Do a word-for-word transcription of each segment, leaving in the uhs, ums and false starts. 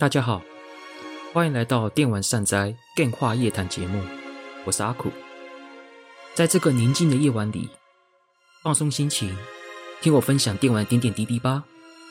大家好，欢迎来到电玩善哉电话夜谈节目，我是阿苦。在这个宁静的夜晚里，放松心情，听我分享电玩点点滴滴吧。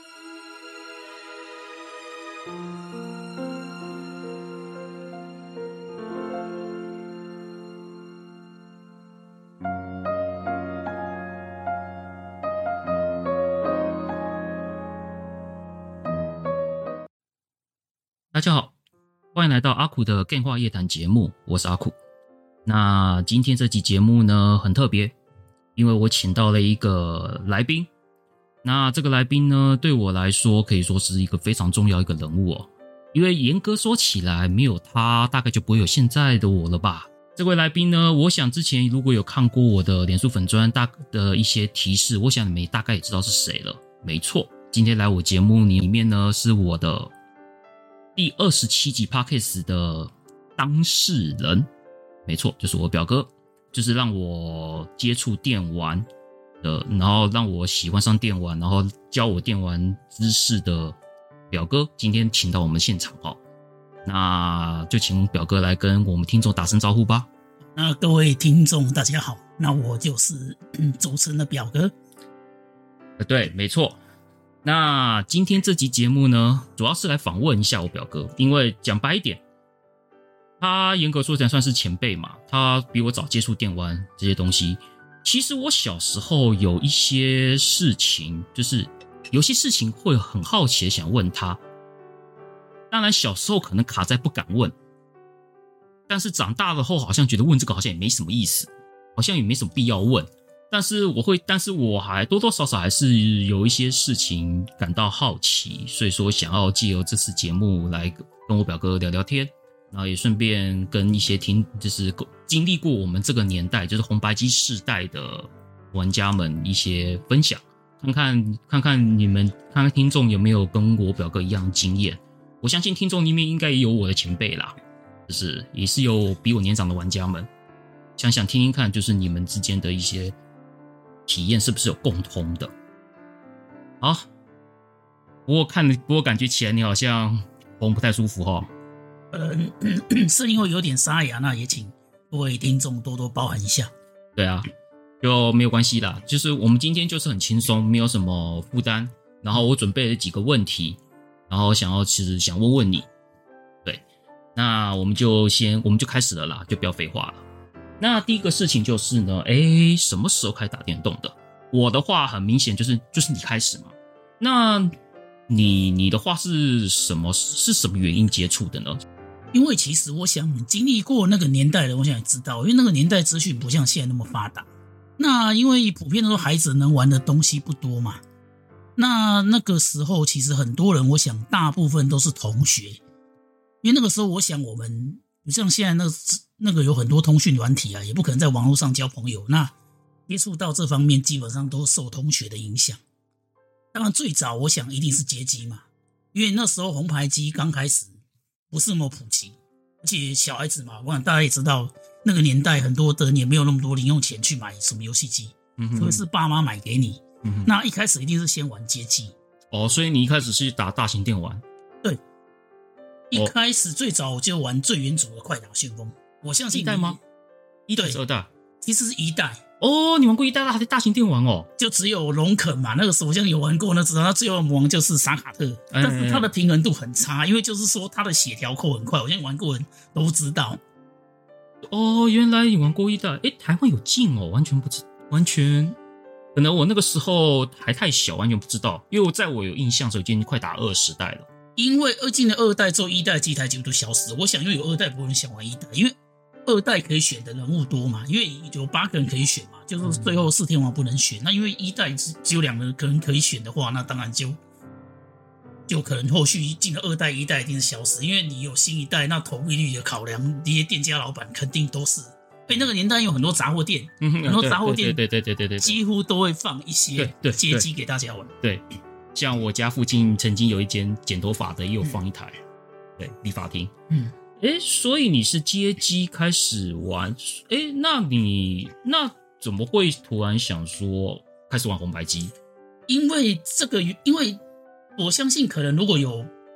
大家好，欢迎来到阿苦的电话夜谈节目，我是阿苦。那今天这集节目呢很特别，因为我请到了一个来宾。那这个来宾呢对我来说可以说是一个非常重要一个人物哦，因为严格说起来没有他大概就不会有现在的我了吧。这位来宾呢，我想之前如果有看过我的脸书粉专大的一些提示，我想你们大概也知道是谁了。没错，今天来我节目里面呢是我的第二十七集 Podcast 的当事人，没错，就是我表哥，就是让我接触电玩的，然后让我喜欢上电玩，然后教我电玩知识的表哥，今天请到我们现场哦。那就请表哥来跟我们听众打声招呼吧。 那各位听众大家好，那我就是嗯主持人的表哥。 对，没错。那今天这集节目呢，主要是来访问一下我表哥，因为讲白一点，他严格说起来算是前辈嘛，他比我早接触电玩这些东西。其实我小时候有一些事情，就是有些事情会很好奇的想问他，当然小时候可能卡在不敢问，但是长大了后好像觉得问这个好像也没什么意思，好像也没什么必要问。但是我会，但是我还多多少少还是有一些事情感到好奇，所以说想要借由这次节目来跟我表哥聊聊天，然后也顺便跟一些听，就是经历过我们这个年代，就是红白机世代的玩家们一些分享，看看看看你们，看看听众有没有跟我表哥一样的经验。我相信听众里面应该也有我的前辈啦，就是也是有比我年长的玩家们，想想听听看，就是你们之间的一些体验是不是有共通的。好，不过看不过感觉起来你好像喉不太舒服齁。 呃，是因为有点沙哑，那也请各位听众多多包涵一下。 对啊，就没有关系啦，就是我们今天就是很轻松，没有什么负担，然后我准备了几个问题，然后想要其实想问问你。对，那我们就先我们就开始了啦，就不要废话了。那第一个事情就是呢，诶，什么时候开始打电动的？我的话很明显就是就是你开始嘛。那你你的话是什么是什么原因接触的呢？ 因为其实我想经历过那个年代的，我想也知道，因为那个年代资讯不像现在那么发达。那因为普遍都说孩子能玩的东西不多嘛。那那个时候其实很多人，我想大部分都是同学，因为那个时候我想我们不像现在那个那个有很多通讯软体啊，也不可能在网络上交朋友，那接触到这方面基本上都受同学的影响。当然最早我想一定是街机嘛，因为那时候红牌机刚开始不是那么普及，而且小孩子嘛，我想大家也知道那个年代很多的人也没有那么多零用钱去买什么游戏机，所以是爸妈买给你、嗯、那一开始一定是先玩街机。 哦，所以你一开始是打大型电玩？ 对，一开始最早我就玩最原主的快打旋风。我相信一代吗？一代还是二代？ 其实是一代。 哦，你玩过一代的大型电玩哦？ 就只有龙肯嘛，那个时候我相信有玩过，那知道他最后的魔王就是萨卡特，但是他的平衡度很差，因为就是说他的血条扣很快，我相信玩过人都知道。 哦，原来你玩过一代，诶，台湾有进哦，完全不知，完全可能我那个时候还太小，完全不知道，因为我在我有印象的时候已经快打二十代了。 因为二进了二代之后，一代机台几乎都消失了。我想因为有二代，不会人想玩一代，因为二代可以选的人物多嘛，因为有八个人可以选嘛，就是最后四天王不能选。那因为一代只有两个人可以选的话，那当然就就可能后续进了二代、一代一定是消失，因为你有新一代，那投币率的考量，这些店家老板肯定都是。所以那个年代有很多杂货店，嗯、很多杂货店， 对对对对对对， 几乎都会放一些街机给大家玩。 对。对对像我家附近曾经有一间剪头发的，也有放一台，嗯、对，理发厅。嗯，诶，所以你是街机开始玩，诶，那你那怎么会突然想说开始玩红白机？ 因为这个，因为我相信可能如果有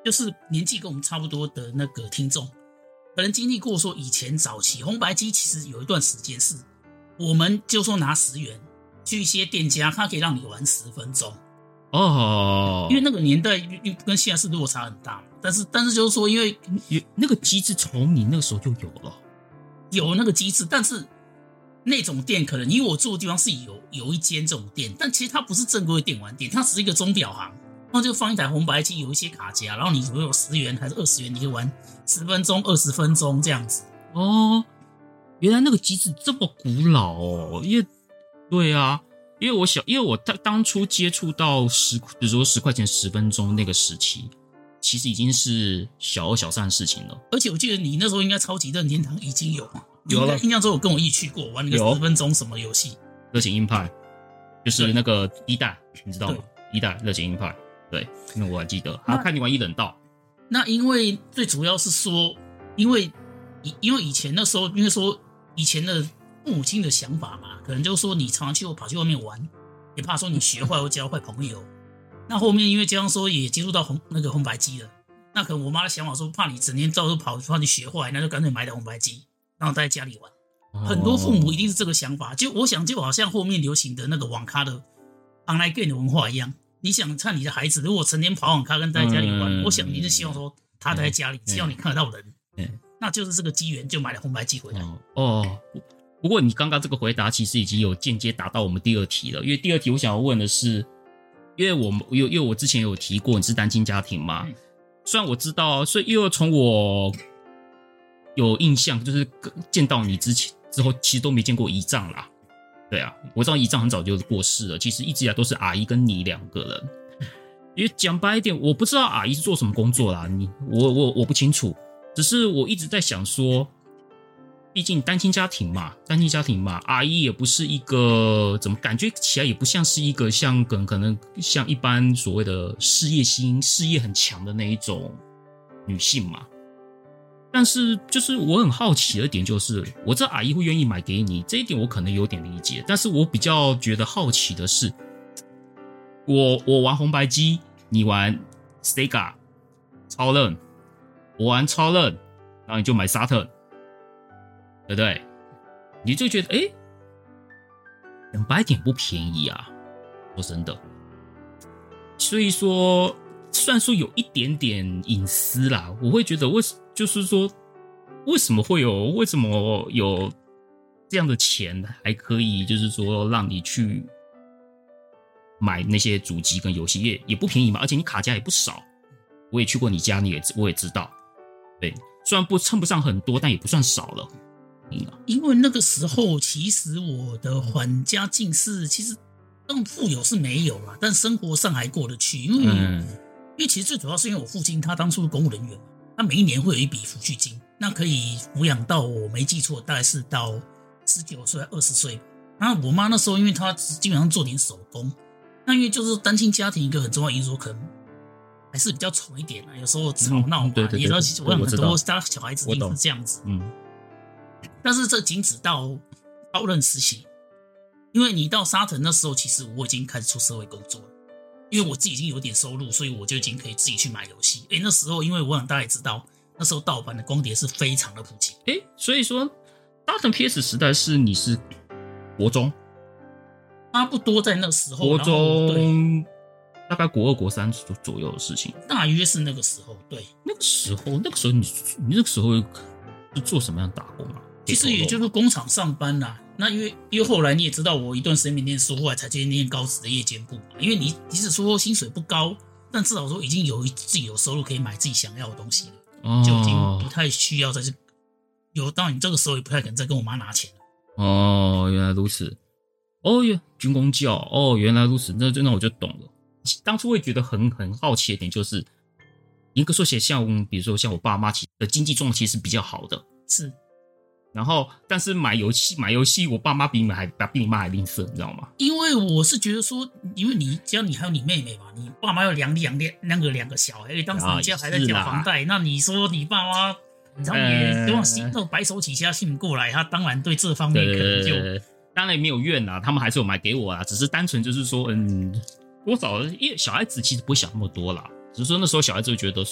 就是年纪跟我们差不多的那个听众，可能经历过说以前早期红白机其实有一段时间是，我们就说拿十元去一些店家，它可以让你玩十分钟。 哦， 因为那个年代跟现在是落差很大，但是但是就是说，因为那个机制从你那个时候就有了， 有那个机制，但是那种店可能因为我住的地方是有有一间这种店，但其实它不是正规电玩店，它只是一个钟表行，然后就放一台红白机，有一些卡夹，然后你如果有十元还是二十元，你可以玩十分钟、二十分钟这样子。 哦，原来那个机制这么古老哦，因为对啊。因为我小，因为我当初接触到十，比如说十块钱十分钟那个时期，其实已经是小二小三的事情了。 而且我记得你那时候应该超级任天堂已经有嘛， 有了。 印象中我跟我一起去过玩那个十分钟什么游戏？ 热血鹰派，就是那个一代，你知道吗？一代热血鹰派，对，那我还记得。还看你玩一忍道。 那因为最主要是说，因为因为以前那时候，因为说以前的父母亲的想法嘛，可能就是说你常常去跑去外面玩，也怕说你学坏或交坏朋友。那后面因为这样说也接触到红那个红白机了，那可能我妈的想法说，怕你整天到处跑，怕你学坏，那就干脆买台红白机，然后待在家里玩。哦、很多父母一定是这个想法，就我想就好像后面流行的那个网咖的 online game 的文化一样。你想看你的孩子如果成天跑网咖跟待在家里玩，嗯、我想你是希望说他待在家里，只要你看得到人，嗯、那就是这个机缘就买了红白机回来。 哦。哦不过你刚刚这个回答其实已经有间接答到我们第二题了，因为第二题我想要问的是，因为我们因为我之前有提过你是单亲家庭嘛，嗯、虽然我知道，所以因为从我有印象，就是见到你之前之后，其实都没见过姨丈啦。对啊，我知道姨丈很早就过世了，其实一直以来都是阿姨跟你两个人。因为讲白一点，我不知道阿姨是做什么工作啦，你我我我不清楚，只是我一直在想说。毕竟单亲家庭嘛，单亲家庭嘛，阿姨也不是一个怎么感觉起来也不像是一个像可能可能像一般所谓的事业心、事业很强的那一种女性嘛。但是就是我很好奇的一点就是，我知道阿姨会愿意买给你，这一点我可能有点理解。但是我比较觉得好奇的是，我我玩红白机，你玩 Sega 超任，我玩超任，然后你就买 Saturn。对不对？你就觉得，哎，两百点不便宜啊！说真的，所以说，虽然说有一点点隐私啦，我会觉得为就是说，为什么会有为什么有这样的钱，还可以就是说让你去买那些主机跟游戏，也也不便宜嘛，而且你卡夹也不少。我也去过你家，你也我也知道，对，虽然不称不上很多，但也不算少了。 因为那个时候，其实我的还家境是，其实更富有是没有啦，但生活上还过得去。因为，嗯、因为其实最主要是因为我父亲他当初是公务人员嘛，他每一年会有一笔抚恤金，那可以抚养到我没记错，大概是到十九岁、二十岁。那我妈那时候，因为她基本上做点手工，那因为就是单亲家庭一个很重要因素，可能还是比较宠一点啊，有时候吵闹嘛，嗯、对对对，也知道，其实我想很多家小孩子一定是这样子，嗯。但是这仅止到高任时期，因为你到沙腾那时候，其实我已经开始出社会工作了，因为我自己已经有点收入，所以我就已经可以自己去买游戏。诶，那时候因为我想大家也知道，那时候盗版的光碟是非常的普及。 诶，所以说沙腾 P S 时代是你是国中， 差不多在那时候， 国中大概国二国三左右的事情， 大约是那个时候。对，那个时候，那个时候你你那个时候是做什么样的打工啊？ 其实也就是工厂上班啦。那因为因为后来你也知道，我一段时间没念书，后来才去念高职的夜间部嘛。因为你即使说薪水不高，但至少说已经有自己有收入可以买自己想要的东西了，哦、就已经不太需要再去有。当然，你这个时候也不太可能再跟我妈拿钱了。 哦，原来如此。哦，军公教。哦，原来如此。那那我就懂了。当初会觉得很很好奇的点就是，严格说起来，像比如说像我爸妈其的经济状况其实是比较好的， 是。 然后，但是买游戏买游戏，我爸妈比你们还比你妈还吝啬，你知道吗？ 因为我是觉得说，因为你只要你还有你妹妹嘛，你爸妈有两两两个两个小孩，因为当时你家还在缴房贷，啊、那你说你爸妈，他们也希望那种白手起家信不过来，他当然对这方面可能就当然也没有怨啦，他们还是有买给我啦，只是单纯就是说，嗯，多少因为小孩子其实不会想那么多啦，只是说那时候小孩子会觉得说，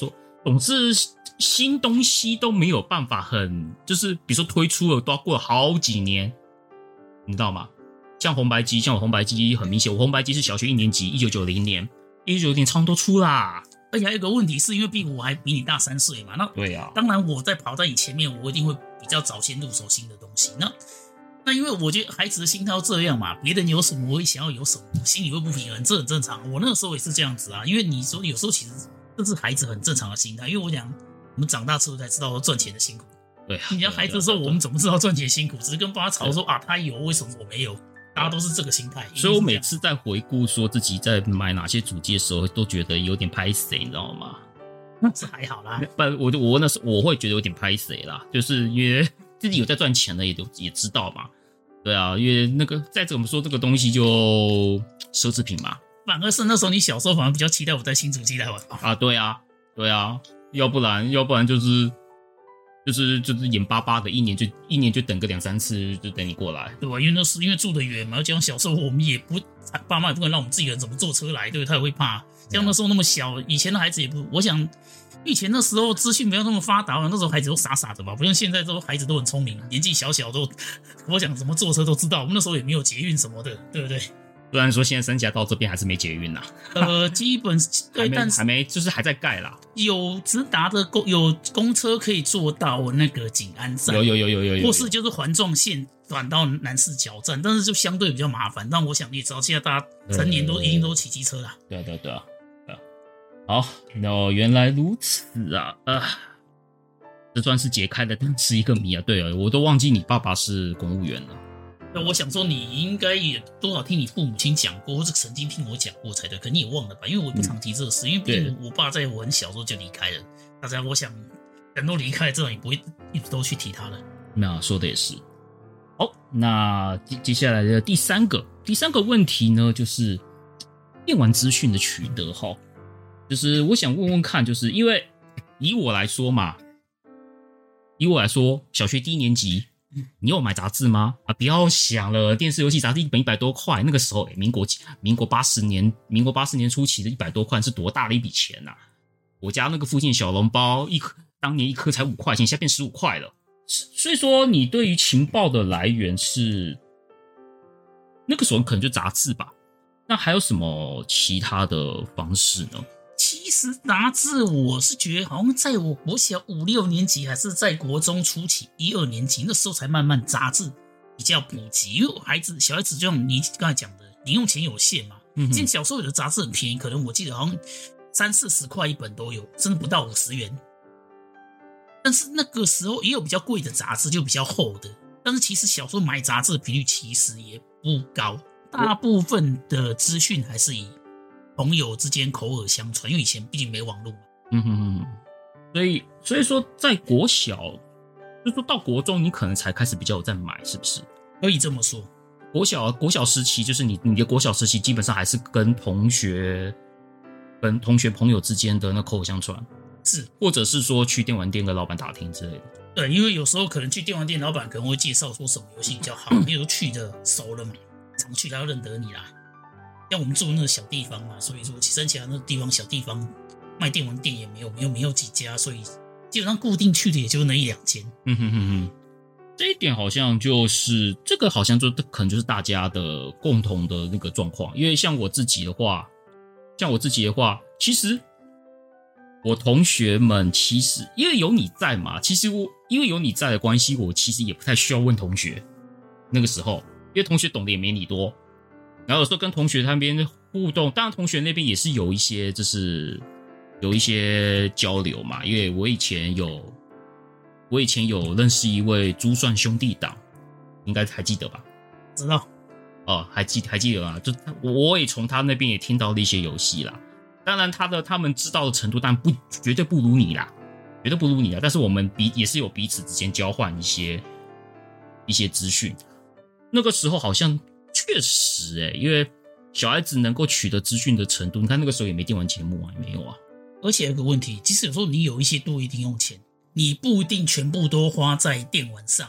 总之新东西都没有办法很，就是比如说推出了都要过了好几年，你知道吗？像红白机，像我红白机很明显，我红白机是小学一年级，一九九零年，一九九零年超都出啦。 而且还有一个问题是因为毕竟我还比你大三岁嘛，那对啊， 当然我在跑在你前面，我一定会比较早先入手新的东西。那那因为我觉得孩子的心态要这样嘛，别人有什么我也想要有什么，心里会不平衡，这很正常。我那个时候也是这样子啊，因为你说有时候其实这是孩子很正常的心态，因为我讲我们长大之后才知道赚钱的辛苦。 对啊， 你讲孩子的时候，我们怎么知道赚钱辛苦？只是跟爸妈吵说啊，他有，为什么我没有？大家都是这个心态。 所以我每次在回顾说自己在买哪些主机的时候，都觉得有点拍谁，你知道吗？ 那是还好啦。 不，我我那时候我会觉得有点拍谁啦，就是因为自己有在赚钱的也也知道嘛。对啊，因为那个再怎么说这个东西就奢侈品嘛。 反而是那时候你小时候反而比较期待我在新主机来玩啊，对啊，对啊，要不然要不然就是就是就是眼巴巴的，一年就一年就等个两三次，就等你过来， 对吧？因为那是因为住得远嘛，加上小时候我们也不爸妈也不可能让我们自己人怎么坐车来，对不对？他也会怕。像那时候那么小，以前的孩子也不，我想以前那时候资讯没有那么发达，那时候孩子都傻傻的吧，不像现在都孩子都很聪明，年纪小小都，我想怎么坐车都知道。我们那时候也没有捷运什么的，对不对？ 虽然说现在三峡到这边还是没捷运啦， 呃，基本对，但是还没就是还在盖啦， 有直达的公有公车可以坐到那个景安站， 有有有有有有， 或是就是环状线转到南势角站，但是就相对比较麻烦。但我想你也知道，现在大家成年都一定都骑机车啦。 对对对啊，对啊。好，那原来如此啊，啊，这算是解开的，但是一个谜啊。对啊，我都忘记你爸爸是公务员了。 那我想说，你应该也多少听你父母亲讲过，或者曾经听我讲过才对，可你也忘了吧？因为我不常提这个事，嗯、因为毕竟我爸在我很小时候就离开了。大家，我想人都离开了，这种也不会一直都去提他了。 那说的也是。好，那接下来的第三个第三个问题呢，就是电玩资讯的取得哈，就是我想问问看，就是因为以我来说嘛，以我来说，小学低年级。你有买杂志吗？啊，不要想了，电视游戏杂志一本一百多块，那个时候，欸、民国民国八十年，民国八十年初期的一百多块是多大的一笔钱呐、啊！我家那个附近小笼包一颗，当年一颗才五块钱，现在变十五块了。所以说，你对于情报的来源是那个时候可能就杂志吧？那还有什么其他的方式呢？ 其实杂志我是觉得好像在我国小五六年级还是在国中初期一二年级那时候才慢慢杂志比较普及，因为孩子小孩子就像你刚才讲的零用钱有限嘛，嗯，现在小时候有的杂志很便宜，可能我记得好像三四十块一本都有，真的不到五十元。但是那个时候也有比较贵的杂志，就比较厚的，但是其实小时候买杂志的频率其实也不高，大部分的资讯还是以朋友之间口耳相传，因为以前毕竟没网络嘛。 嗯哼哼，所以所以说在国小，就说到国中，你可能才开始比较有在买，是不是？ 可以这么说。 国小国小时期，就是你你的国小时期，基本上还是跟同学、跟同学朋友之间的那口耳相传， 是， 或者是说去电玩店跟老板打听之类的。 对，因为有时候可能去电玩店，老板可能会介绍说什么游戏比较好，你有去的熟了嘛，常去他要认得你啦。像我们住那个小地方嘛，所以说升起来那个地方小地方卖电玩店也没有没有没有几家，所以基本上固定去的也就那一两间。 嗯哼哼哼，这一点好像就是这个好像就可能就是大家的共同的那个状况。因为像我自己的话，像我自己的话，其实我同学们其实因为有你在嘛，其实我因为有你在的关系，我其实也不太需要问同学。那个时候，因为同学懂得也没你多。然后有时候跟同学那边互动，当然同学那边也是有一些，就是有一些交流嘛。因为我以前有，我以前有认识一位珠算兄弟党，应该还记得吧？ 知道。 哦，还记还记得啊？就我也从他那边也听到了一些游戏啦。当然他的他们知道的程度，但不绝对不如你啦，绝对不如你啦。但是我们彼也是有彼此之间交换一些一些资讯。那个时候好像。确实欸，因为小孩子能够取得资讯的程度，你看那个时候也没电玩节目啊，也没有啊。 而且有个问题，即使有时候你有一些多余零用钱，你不一定全部都花在电玩上，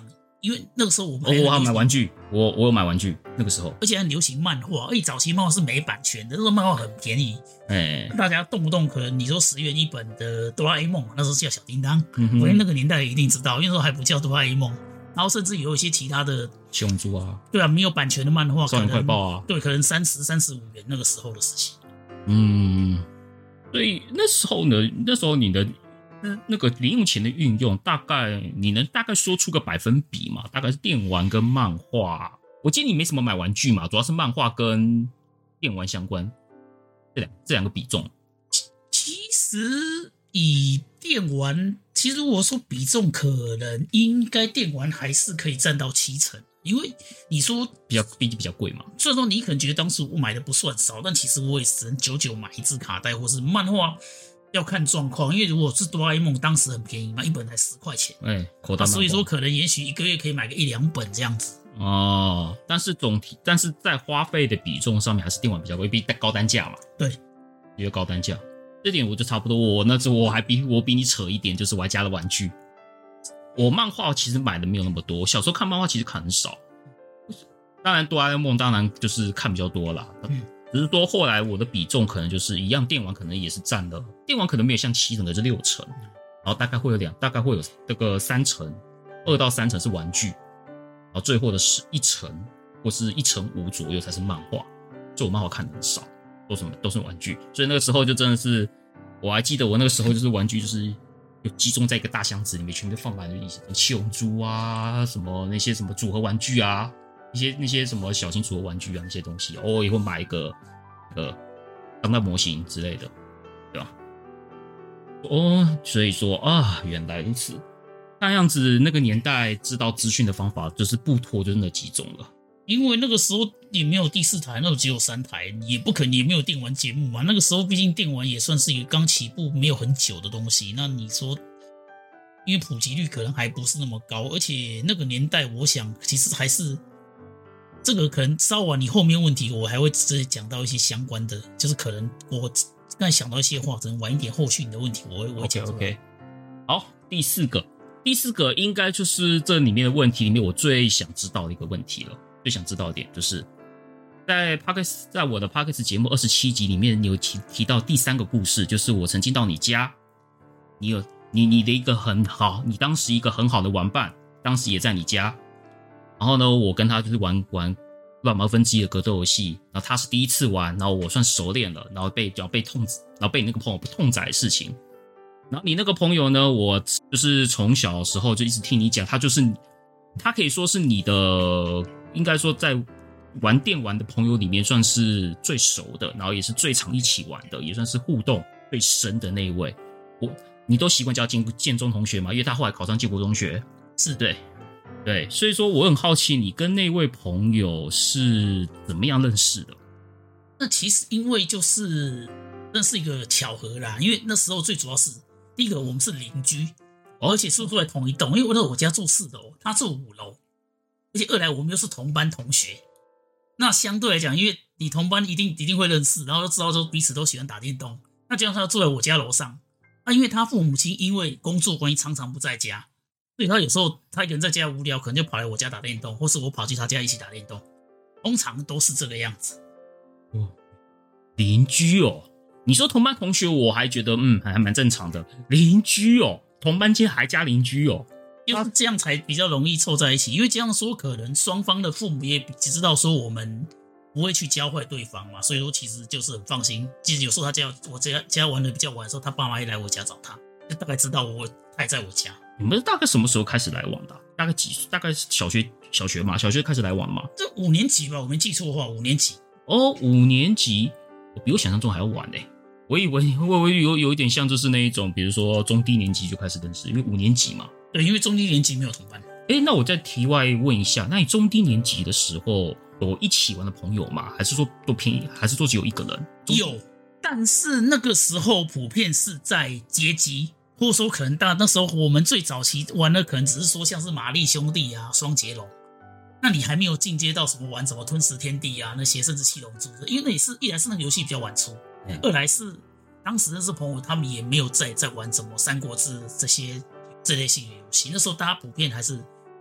因为那个时候我们哦，我还买玩具，我我有买玩具，那个时候， 而且很流行漫画，而且早期漫画是没版权的，那时候漫画很便宜， 哎， 大家动不动可能你说十元一本的哆啦 A 梦，那时候叫小叮当， 嗯哼我那个年代一定知道，因为那时候还不叫哆啦 A 梦，然后甚至有一些其他的七龙珠啊， 对啊，没有版权的漫画， 少年快报啊， 对，可能三十、三十五元那个时候的事情。 嗯，所以那时候呢，那时候你的那个零用钱的运用，大概你能大概说出个百分比嘛？大概是电玩跟漫画。我记得你没什么买玩具嘛，主要是漫画跟电玩相关这两这两个比重。 其实以电玩，其实我说比重可能应该电玩还是可以占到七成。因为你说比较毕竟比较贵嘛， 虽然说你可能觉得当时我买的不算少，但其实我也只能久久买一支卡带，或是漫画要看状况。因为如果是哆啦 A 梦，当时很便宜嘛，一本才十块钱， 哎、欸，口袋漫画、 啊、所以说可能也许一个月可以买个一两本这样子。 哦，但是总体，但是在花费的比重上面，还是电玩比较贵，比高单价嘛。 对， 因为高单价，这点我就差不多。我那时候我还比我比你扯一点，就是我还加了玩具。我漫画其实买的没有那么多，我小时候看漫画其实看很少。当然，哆啦 A 梦当然就是看比较多啦。嗯，只是说后来我的比重可能就是一样，电玩可能也是占了，电玩可能没有像七成的是六成，然后大概会有两，大概会有这个三成，二到三成是玩具，然后最后的是一成或是一成五左右才是漫画。所以我漫画看的很少，都什么都是玩具。所以那个时候就真的是，我还记得我那个时候就是玩具就是有集中在一个大箱子里面，全部放满了一些七龙珠啊，什么那些什么组合玩具啊。一些那些什么小型组合玩具啊，那些东西，偶尔也会买一个呃钢弹模型之类的，对吧？哦，所以说啊，原来如此。看样子那个年代知道资讯的方法就是不脱就是那几种了。 因为那个时候也没有第四台，那时候只有三台，也不可能也没有电玩节目嘛。那个时候毕竟电玩也算是一个刚起步没有很久的东西，那你说，因为普及率可能还不是那么高，而且那个年代，我想其实还是。这个可能稍晚你后面问题我还会直接讲到一些相关的，就是可能我刚才想到一些话，可能晚一点后续你的问题我会我会讲。 OK OK， 好，第四个，第四个应该就是这里面的问题里面我最想知道的一个问题了。最想知道的点就是在 Podcast 在我的 Podcast 节目二十七集里面，你有提提到第三个故事，就是我曾经到你家，你有你你的一个很好，你当时一个很好的玩伴，当时也在你家。然后呢，我跟他就是玩玩乱毛分之一的格斗游戏，然后他是第一次玩，然后我算熟练了，然后被然后被痛，然后被你那个朋友痛宰的事情。然后你那个朋友呢，我就是从小的时候就一直听你讲，他就是他可以说是你的，应该说在玩电玩的朋友里面算是最熟的，然后也是最常一起玩的，也算是互动最深的那一位。我你都习惯叫建建中同学嘛，因为他后来考上建国中学， 是对。对，所以说我很好奇，你跟那位朋友是怎么样认识的？ 那其实因为就是那是一个巧合啦，因为那时候最主要是第一个我们是邻居，哦、而且是住在同一栋，因为我那我家住四楼，他住五楼，而且二来我们又是同班同学，那相对来讲，因为你同班一定一定会认识，然后都知道说彼此都喜欢打电动，那加上他住在我家楼上，那因为他父母亲因为工作关系常常不在家。所以他有时候他一个人在家无聊，可能就跑来我家打电动，或是我跑去他家一起打电动，通常都是这个样子。 哦，邻居哦，你说同班同学，我还觉得嗯还蛮正常的。邻居哦，同班间还加邻居哦， 就是这样才比较容易凑在一起。因为这样说，可能双方的父母也只知道说我们不会去教坏对方嘛，所以说其实就是很放心。其实有时候他家我家家玩的比较晚的时候，他爸妈一来我家找他，就大概知道我他也在我家。 你们大概什么时候开始来往的、啊？大概几岁？大概小学小学嘛，小学开始来往嘛？ 这五年级吧，我没记错的话，五年级。 哦，五年级，我比我想象中还要晚嘞、欸。我以为我我有有一点像，就是那一种，比如说中低年级就开始认识，因为五年级嘛。 对，因为中低年级没有同班。 哎，那我再题外问一下，那你中低年级的时候有一起玩的朋友吗？还是说都偏，还是说只有一个人？ 有，但是那个时候普遍是在街机。或者说可能大那时候我们最早期玩的可能只是说像是玛丽兄弟啊、双截龙，那你还没有进阶到什么玩什么吞食天地啊那些，甚至七龙珠，因为那也是一来是那个游戏比较晚出，嗯、二来是当时认识朋友他们也没有在在玩什么三国志这些这类型的游戏，那时候大家普遍还是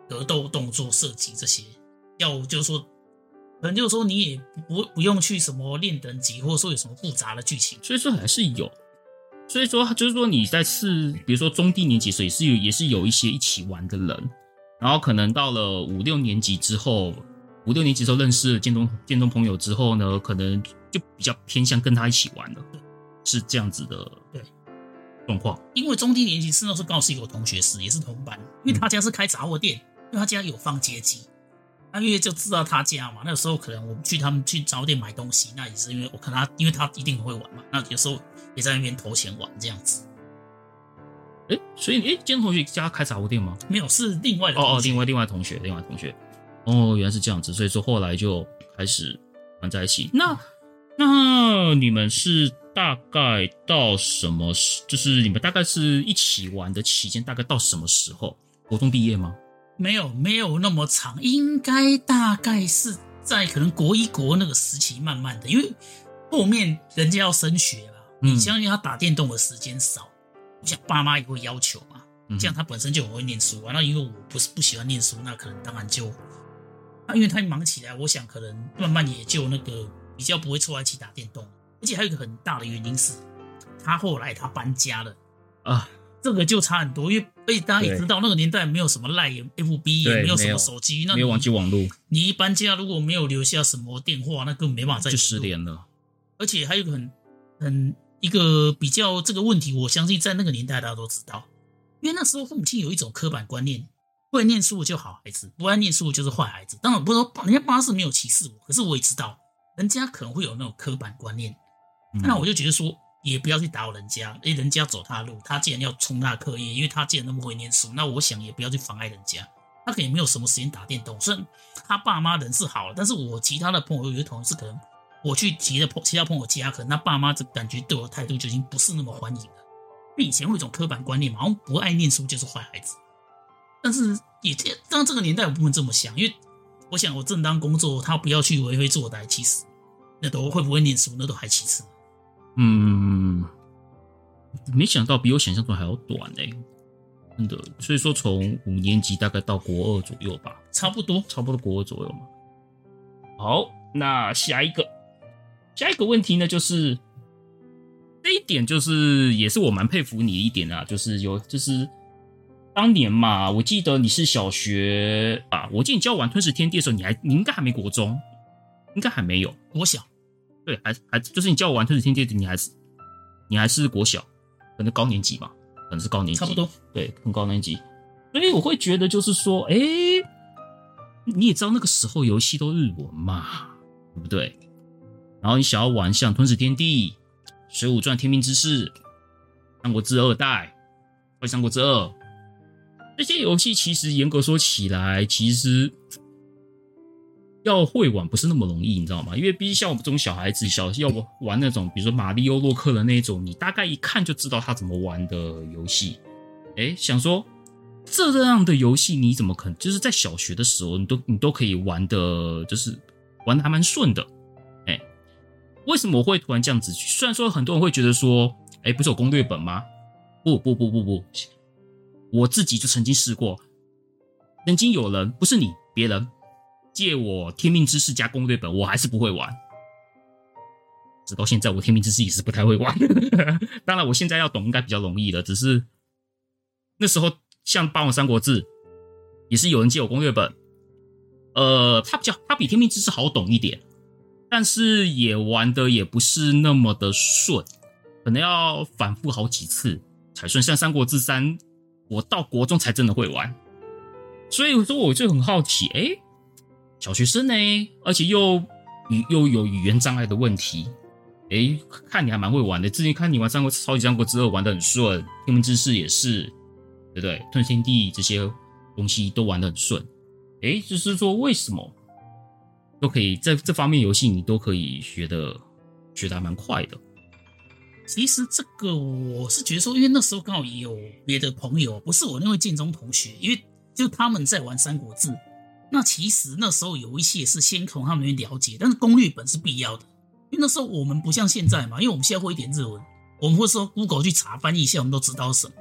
格斗动作设计这些，要就是说，可能就是说你也不不用去什么练等级，或者说有什么复杂的剧情， 所以说还是有。所以说就是说你在次，比如说中低年级的时候也是有也是有一些一起玩的人，然后可能到了五六年级之后，五六年级之后认识了剑宗剑宗朋友之后呢，可能就比较偏向跟他一起玩了，是这样子的状况。 因为中低年级是那时候刚好是有同学是也是同班，因为他家是开杂货店，因为他家有放街机。那因为就知道他家嘛，那个时候可能我们去他们去杂货店买东西，那也是因为我看他，因为他一定很会玩嘛，那有时候也在那边投钱玩这样子。 哎，所以哎，今天同学家开杂货店吗？ 没有，是另外的同学。 哦哦，另外另外同学，另外同学。哦，原来是这样子，所以说后来就开始玩在一起。那那你们是大概到什么？就是你们大概是一起玩的期间，大概到什么时候？国中毕业吗？ 没有，没有那么长，应该大概是在可能国一国那个时期，慢慢的，因为后面人家要升学嘛，你相信他打电动的时间少，像爸妈也会要求嘛，这样他本身就很会念书啊。那因为我不是不喜欢念书，那可能当然就，那因为他忙起来，我想可能慢慢也就那个比较不会凑在一起打电动。而且还有一个很大的原因是，他后来他搬家了啊。这个就差很多，因为而且大家也知道，那个年代没有什么 Line、F B， 也没有什么手机，那没有网际网络。 你一搬家如果没有留下什么电话，那根本没办法再就失联了。 而且还有一个很很一个比较这个问题，我相信在那个年代大家都知道，因为那时候父母亲有一种刻板观念，会念书就好孩子，不爱念书就是坏孩子。当然不是说人家爸是没有歧视我，可是我也知道人家可能会有那种刻板观念，嗯、那我就觉得说。也不要去打扰人家，因为人家走他的路，他既然要冲他的课业，因为他既然那么会念书，那我想也不要去妨碍人家。他可能没有什么时间打电动，虽然他爸妈人是好了，但是我其他的朋友有些同事可能我去其他其他朋友家，可能他爸妈这感觉对我的态度就已经不是那么欢迎了。因为以前会有一种刻板观念嘛，好像不爱念书就是坏孩子。但是也当这个年代我不能这么想，因为我想我正当工作，他不要去为非作歹，其实那都会不会念书，那都还其次。 嗯，没想到比我想象中还要短哎、欸，真的。所以说从五年级大概到国二左右吧， 差不多， 差不多国二左右嘛。好，那下一个，下一个问题呢，就是这一点，就是也是我蛮佩服你一点啊，就是有就是当年嘛，我记得你是小学啊，我记得你教完吞食天地的时候，你还你应该还没国中，应该还没有国小。 对，还还就是你教我玩吞食天地，你还是你还是国小，可能高年级吧，可能是高年级， 差不多， 对，很高年级。所以我会觉得就是说，哎，你也知道那个时候游戏都日文嘛，对不对？然后你想要玩像吞食天地、水浒传、天命之誓、三国志二代、或三国志二这些游戏，其实严格说起来，其实。要会玩不是那么容易，你知道吗？因为毕竟像我们这种小孩子，小要玩那种，比如说马里奥、洛克的那种，你大概一看就知道他怎么玩的游戏。哎，想说这样的游戏你怎么可能就是在小学的时候你都你都可以玩的，就是玩的还蛮顺的。哎，为什么我会突然这样子？虽然说很多人会觉得说，哎，不是有攻略本吗？不不不不不，我自己就曾经试过，曾经有人不是你，别人。借我天命之誓加攻略本，我还是不会玩。直到现在，我天命之誓也是不太会玩。当然，我现在要懂应该比较容易了，只是那时候像《霸王三国志》，也是有人借我攻略本。呃，他比较他比天命之誓好懂一点，但是也玩的也不是那么的顺，可能要反复好几次才顺。像《三国志三》，我到国中才真的会玩。所以说，我就很好奇，哎。小学生呢，而且又语又有语言障碍的问题，诶，看你还蛮会玩的。之前看你玩三国超级三国之二玩得很顺，天命之誓也是，对不对？吞天地这些东西都玩得很顺，诶，就是说为什么都可以在这方面游戏你都可以学的学得还蛮快的？ 其实这个我是觉得说，因为那时候刚好也有别的朋友，不是我那位建中同学，因为就他们在玩三国志。那其实那时候有一些是先从他们那边了解，但是攻略本是必要的，因为那时候我们不像现在嘛，因为我们现在会一点日文，我们会说 Google 去查翻译一下，我们都知道什么。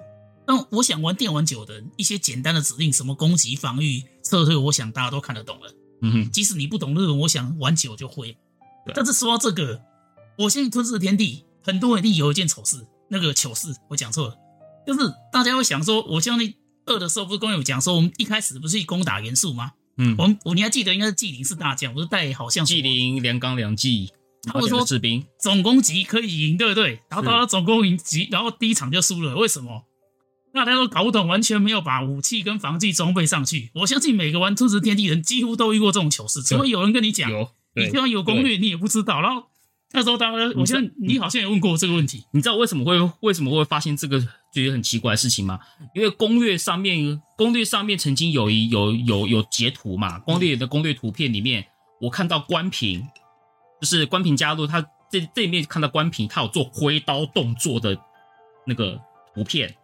但我想玩电玩久的人，一些简单的指令，什么攻击、防御、撤退，我想大家都看得懂了。 嗯哼， 即使你不懂日文，我想玩久就会。但是说到这个，我相信吞噬的天地，很多人一定有一件丑事，那个糗事，我讲错了，就是大家会想说，我相信二的时候不是刚有讲说，我们一开始不是去攻打元素吗？嗯，我们我你还记得应该是纪灵是大将，不是带好像纪灵、梁刚、梁纪， 他们说士兵总攻击可以赢，对不对？然后到了总攻击，然后第一场就输了，为什么？大家都搞不懂，完全没有把武器跟防具装备上去。我相信每个玩吞噬天地人几乎都遇过这种糗事，除非有人跟你讲，你就算有攻略你也不知道。然后那时候大家，我相信你好像也问过这个问题。 你知道为什么会为什么会发现这个觉得很奇怪的事情吗？因为攻略上面攻略上面曾经有一有有有截图嘛，攻略的攻略图片里面，我看到关平，就是关平加入他这这里面看到关平，他有做挥刀动作的那个图片。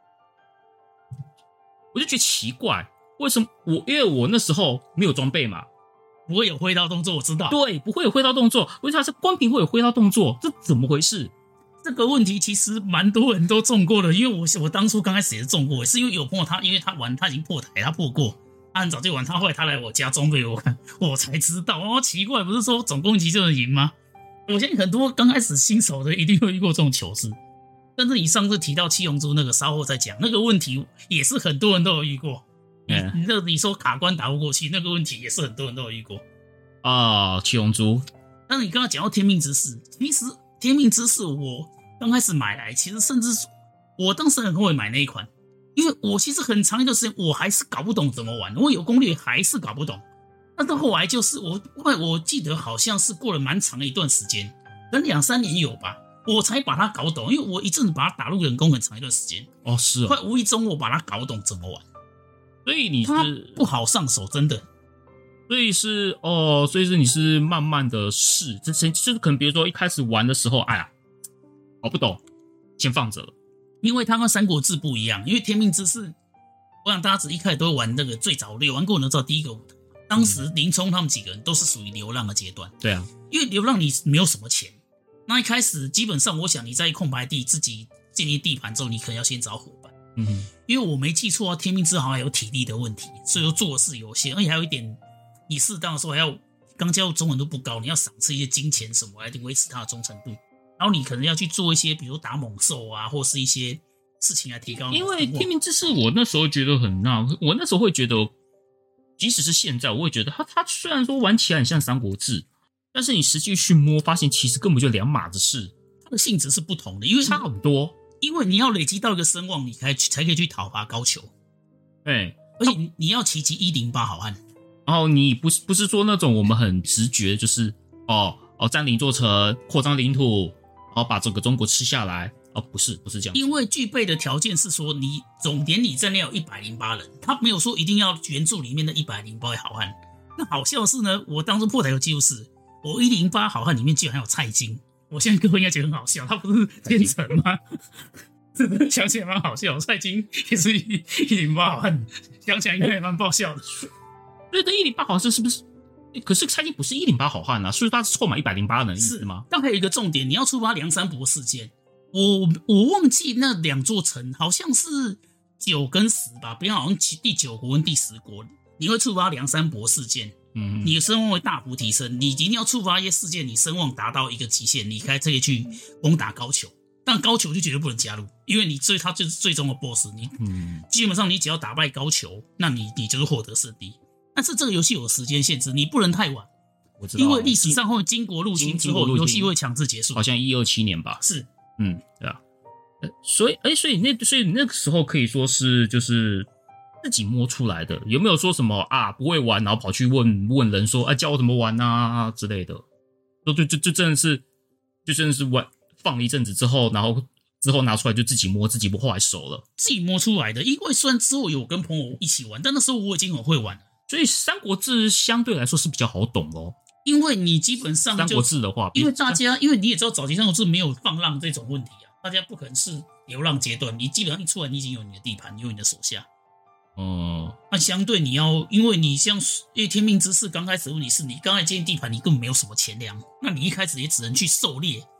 我就觉得奇怪，为什么我因为我那时候没有装备嘛， 不会有挥刀动作，我知道。 对，不会有挥刀动作，为啥是关平会有挥刀动作？这怎么回事？ 这个问题其实蛮多人都中过的，因为我我当初刚开始也是中过，是因为有朋友他因为他玩他已经破台，他破过，他很早就玩，他后来他来我家装备我看，我才知道。哦，奇怪，不是说总攻击就能赢吗？我相信很多刚开始新手的一定会遇过这种糗事。但是你上次提到七龙珠那个，稍后再讲。那个问题也是很多人都有遇过。你、嗯、你那你说卡关打不过去，那个问题也是很多人都有遇过啊。七龙珠， 但是你刚刚讲到天命之誓，其实天命之誓我刚开始买来，其实甚至我当时很会买那一款，因为我其实很长一段时间我还是搞不懂怎么玩，我有攻略还是搞不懂。那到后来就是我，我记得好像是过了蛮长的一段时间，等两三年有吧。我才把它搞懂，因为我一阵子把它打入人工很长一段时间。 哦，是哦， 快无意中我把它搞懂怎么玩。 所以你是不好上手，真的。 所以是哦，所以是你是慢慢的试，这就是可能比如说一开始玩的时候，哎呀，搞不懂，先放着了。 因为它跟三国志不一样，因为天命之誓，我想大家只一开始都会玩那个最早有玩过的，知道第一个舞台。当时林冲他们几个人都是属于流浪的阶段。 对啊， 因为流浪你没有什么钱。那一开始基本上，我想你在空白地自己建立地盘之后，你可能要先找伙伴。嗯，因为我没记错啊，天命之好像还有体力的问题，所以说做事有限，而且还有一点，你适当的时候还要刚加入中文都不高，你要赏赐一些金钱什么来维持它的忠诚度。然后你可能要去做一些，比如打猛兽啊，或是一些事情来提高你的。 因为天命之誓，我那时候觉得很那，我那时候会觉得，即使是现在，我会觉得它它虽然说玩起来很像三国志。但是你实际去摸，发现其实根本就两码子事， 它的性质是不同的，因为差很多。 因为你要累积到一个声望，你才才可以去讨伐高俅。 对， 而且你要奇迹一零八好汉。 然后你不是不是说那种我们很直觉，就是哦哦占领一座城，扩张领土，然后把整个中国吃下来。哦，不是不是这样。 因为具备的条件是说，你总点你战力有一百零八人，他没有说一定要原著里面的一百零八位好汉。那好笑的是呢，我当初破台有记录是。我一零八好汉里面居然还有蔡京，我现在各位应该觉得很好笑，他不是天成吗？真的想起来蛮好笑，蔡京也是一零八好汉，想起来应该也蛮爆笑的。 对的，一零八好汉是不是？可是蔡京不是一零八好汉啊，所以他是凑满一百零八人的意思吗？ 但还有一个重点，你要触发梁山伯事件，我我忘记那两座城好像是九跟十吧，不要好像第九国跟第十国，你会触发梁山伯事件。嗯，你的声望会大幅提升，你一定要触发一些事件，你声望达到一个极限，你才可以去攻打高俅。但高俅就绝对不能加入，因为你最他就是最终的 boss， 你、嗯、基本上你只要打败高俅，那你你就是获得胜利。但是这个游戏有时间限制，你不能太晚。 我知道， 因为历史上后金国入侵之后，游戏会强制结束， 好像一二七年吧。 是， 嗯，对啊。所以，哎，所以那所以那个时候可以说是就是。自己摸出来的，有没有说什么啊不会玩，然后跑去问问人说，哎、啊、教我怎么玩啊之类的？就就就就真的是，就真的是玩放了一阵子之后，然后之后拿出来就自己摸，自己摸后来熟了， 自己摸出来的。因为虽然之后有跟朋友一起玩，但那时候我已经很会玩了， 所以《三国志》相对来说是比较好懂咯。 因为你基本上就 《三国志》的话， 因为大家，因为你也知道早期《三国志》没有放浪这种问题啊，大家不可能是流浪阶段，你基本上一出来，你已经有你的地盘，你有你的手下。哦、嗯，那相对你要，因为你像因为天命之誓刚开始的问题是你刚才建立地盘，你根本没有什么钱粮，那你一开始也只能去狩猎，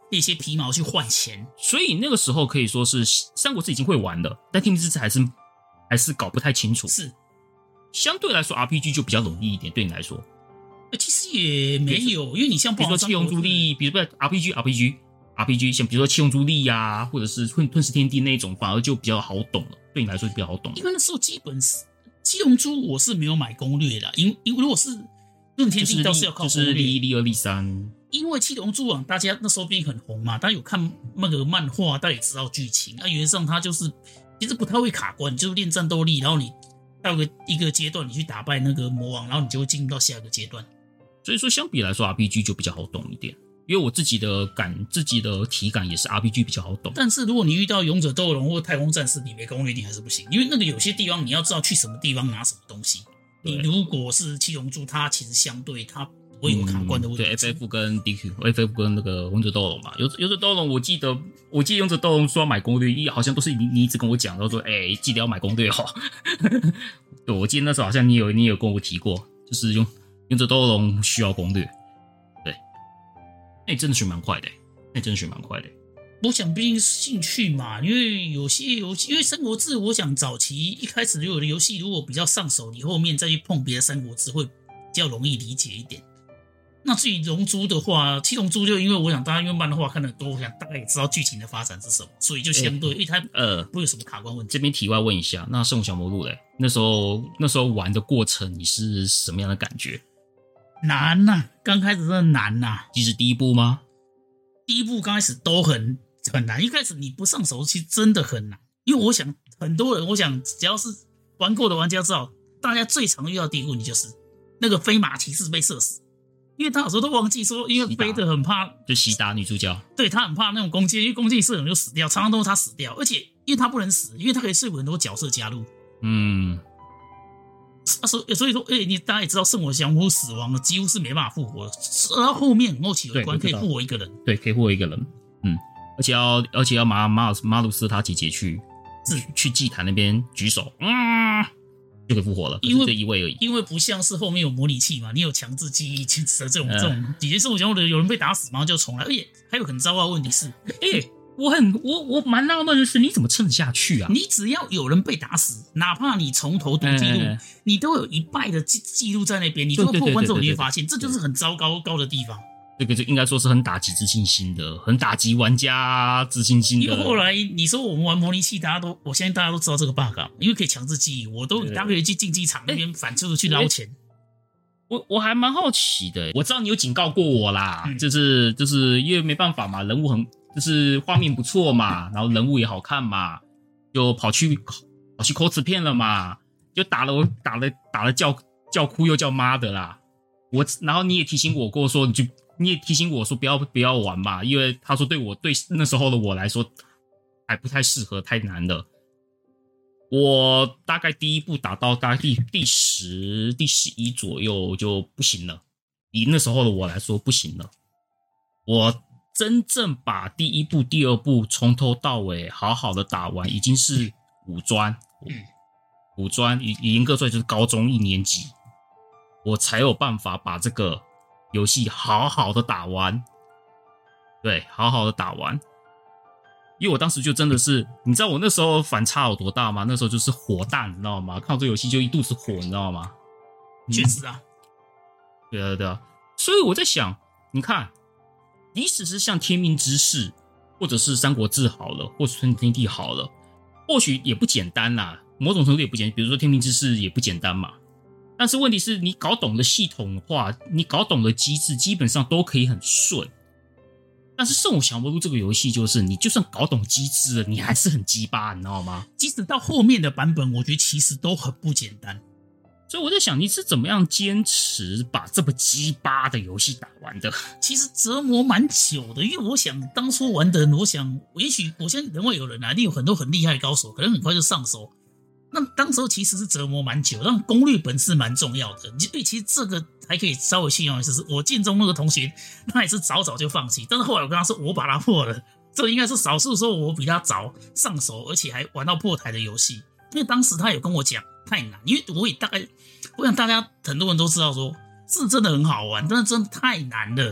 一些皮毛去换钱。 所以那个时候可以说是三国志已经会玩了，但天命之子还是还是搞不太清楚。 是， 相对来说 R P G 就比较容易一点，对你来说。 其实也没有，因为你像比如说七龙珠力，比如说 R P G R P G R P G， 像比如说七龙珠力呀、啊，或者是吞吞噬天地那种，反而就比较好懂了。对你来说就比较好懂了。 因为那时候基本是七龙珠我是没有买攻略的，因因为如果是论天地倒是要靠攻略， 就是力一、力二、力三。 因为七龙珠啊，大家那时候毕竟很红嘛，大家有看那个漫画，大家也知道剧情。啊，原则上它就是其实不太会卡关，你就是练战斗力，然后你到一个一个阶段，你去打败那个魔王，然后你就会进入到下一个阶段。 所以说，相比来说 ，R P G 就比较好懂一点。因为我自己的感、自己的体感也是 R P G 比较好懂。 但是如果你遇到勇者斗龙或太空战士，你没攻略一定还是不行，因为那个有些地方你要知道去什么地方拿什么东西。你如果是七龙珠，它其实相对它不会有卡关的问题。 嗯、对 ，F F 跟 D Q，F F 跟那个勇者斗龙嘛，勇勇者斗龙，我记得我记得勇者斗龙说要买攻略，好像都是你你一直跟我讲，然后说，哎、欸，记得要买攻略哦。对，我记得那时候好像你有你有跟我提过，就是用勇者斗龙需要攻略。那你真的学蛮快的，那你真的学蛮快的。 我想毕竟是兴趣嘛，因为有些游戏，因为三国志，我想早期一开始有的游戏如果比较上手，你后面再去碰别的三国志会比较容易理解一点。那至于龙珠的话，七龙珠就因为我想大家因为漫画看得多，我想大概也知道剧情的发展是什么，所以就相对，因为它呃不会有什么卡关问题。 这边题外问一下，那圣武小魔录嘞，那时候那时候玩的过程你是什么样的感觉？ 难呐、啊，刚开始真的难呐、啊。 即使第一部吗？ 第一部刚开始都很很难，一开始你不上手，其实真的很难。因为我想很多人，我想只要是玩过的玩家知道，大家最常遇到的第一个问题就是那个飞马骑士被射死，因为他有时候都忘记说，因为飞得很怕， 就西达女主角， 对他很怕那种弓箭，因为弓箭射人就死掉，常常都是他死掉，而且因为他不能死，因为他可以说服很多角色加入， 嗯。 啊、所以所以说，哎、欸，你大家也知道，圣火降魔死亡了，几乎是没办法复活了。然后后面很后期有一关可以复活一个人， 对，可以复活一个人，嗯，而且要而且要马马马鲁斯他姐姐去是去祭坛那边举手，嗯，就可以复活了， 因为这一位而已。 因为不像是后面有模拟器嘛，你有强制记忆的这种、 嗯、 这种，以前圣火降魔的有人被打死，马上就重来，而且还有很糟糕的问题是，哎、欸。 我很我我蛮纳闷的是，你怎么撑得下去啊？ 你只要有人被打死，哪怕你从头读记录、欸，你都有一败的记记录在那边，你都破关之后你会发现，这就是很糟糕高的地方。 这个就应该说是很打击自信心的，很打击玩家自信心的。 因为后来你说我们玩模拟器，大家都我相信大家都知道这个 bug， 因为可以强制记忆，我都大家可以去竞技场那边反复的去捞钱。 我我还蛮好奇的，我知道你有警告过我啦， 嗯、 就是就是因为没办法嘛，人物很。就是画面不错嘛，然后人物也好看嘛，就跑去跑去 cos 片了嘛，就打了我打了打了叫叫哭又叫妈的啦。我然后你也提醒我过说，你就你也提醒我说不要不要玩嘛，因为他说对我对那时候的我来说还不太适合，太难了。我大概第一步打到大概第第十第十一左右就不行了，以那时候的我来说不行了，我。真正把第一部、第二部从头到尾好好的打完，已经是五专，五专严格说就是高中一年级，我才有办法把这个游戏好好的打完。对，好好的打完。因为我当时就真的是，你知道我那时候反差有多大吗？那时候就是火弹，你知道吗？看到这游戏就一肚子火，你知道吗？ 确实啊， 对啊，对啊。所以我在想，你看。即使是像天命之誓，或者是三国志好了，或是春天地好了，或许也不简单啦，某种程度也不简单。比如说天命之誓也不简单嘛。但是问题是你搞懂了系统的话，你搞懂了机制，基本上都可以很顺。但是圣武降魔录这个游戏就是，你就算搞懂机制了，你还是很鸡巴，你知道吗？ 即使到后面的版本，我觉得其实都很不简单。 所以我在想，你是怎么样坚持把这么鸡巴的游戏打完的？ 其实折磨蛮久的，因为我想当初玩的人，我想也许我相信人会有人啊，一定有很多很厉害的高手，可能很快就上手。那当时候其实是折磨蛮久，但攻略本是蛮重要的。所以其实这个还可以稍微信用一下，是我建中那个同学，他也是早早就放弃，但是后来我跟他说，我把他破了，这应该是少数说我比他早上手，而且还玩到破台的游戏。因为当时他有跟我讲太难，因为我也大概，我想大家很多人都知道说，是真的很好玩，但是真的太难了。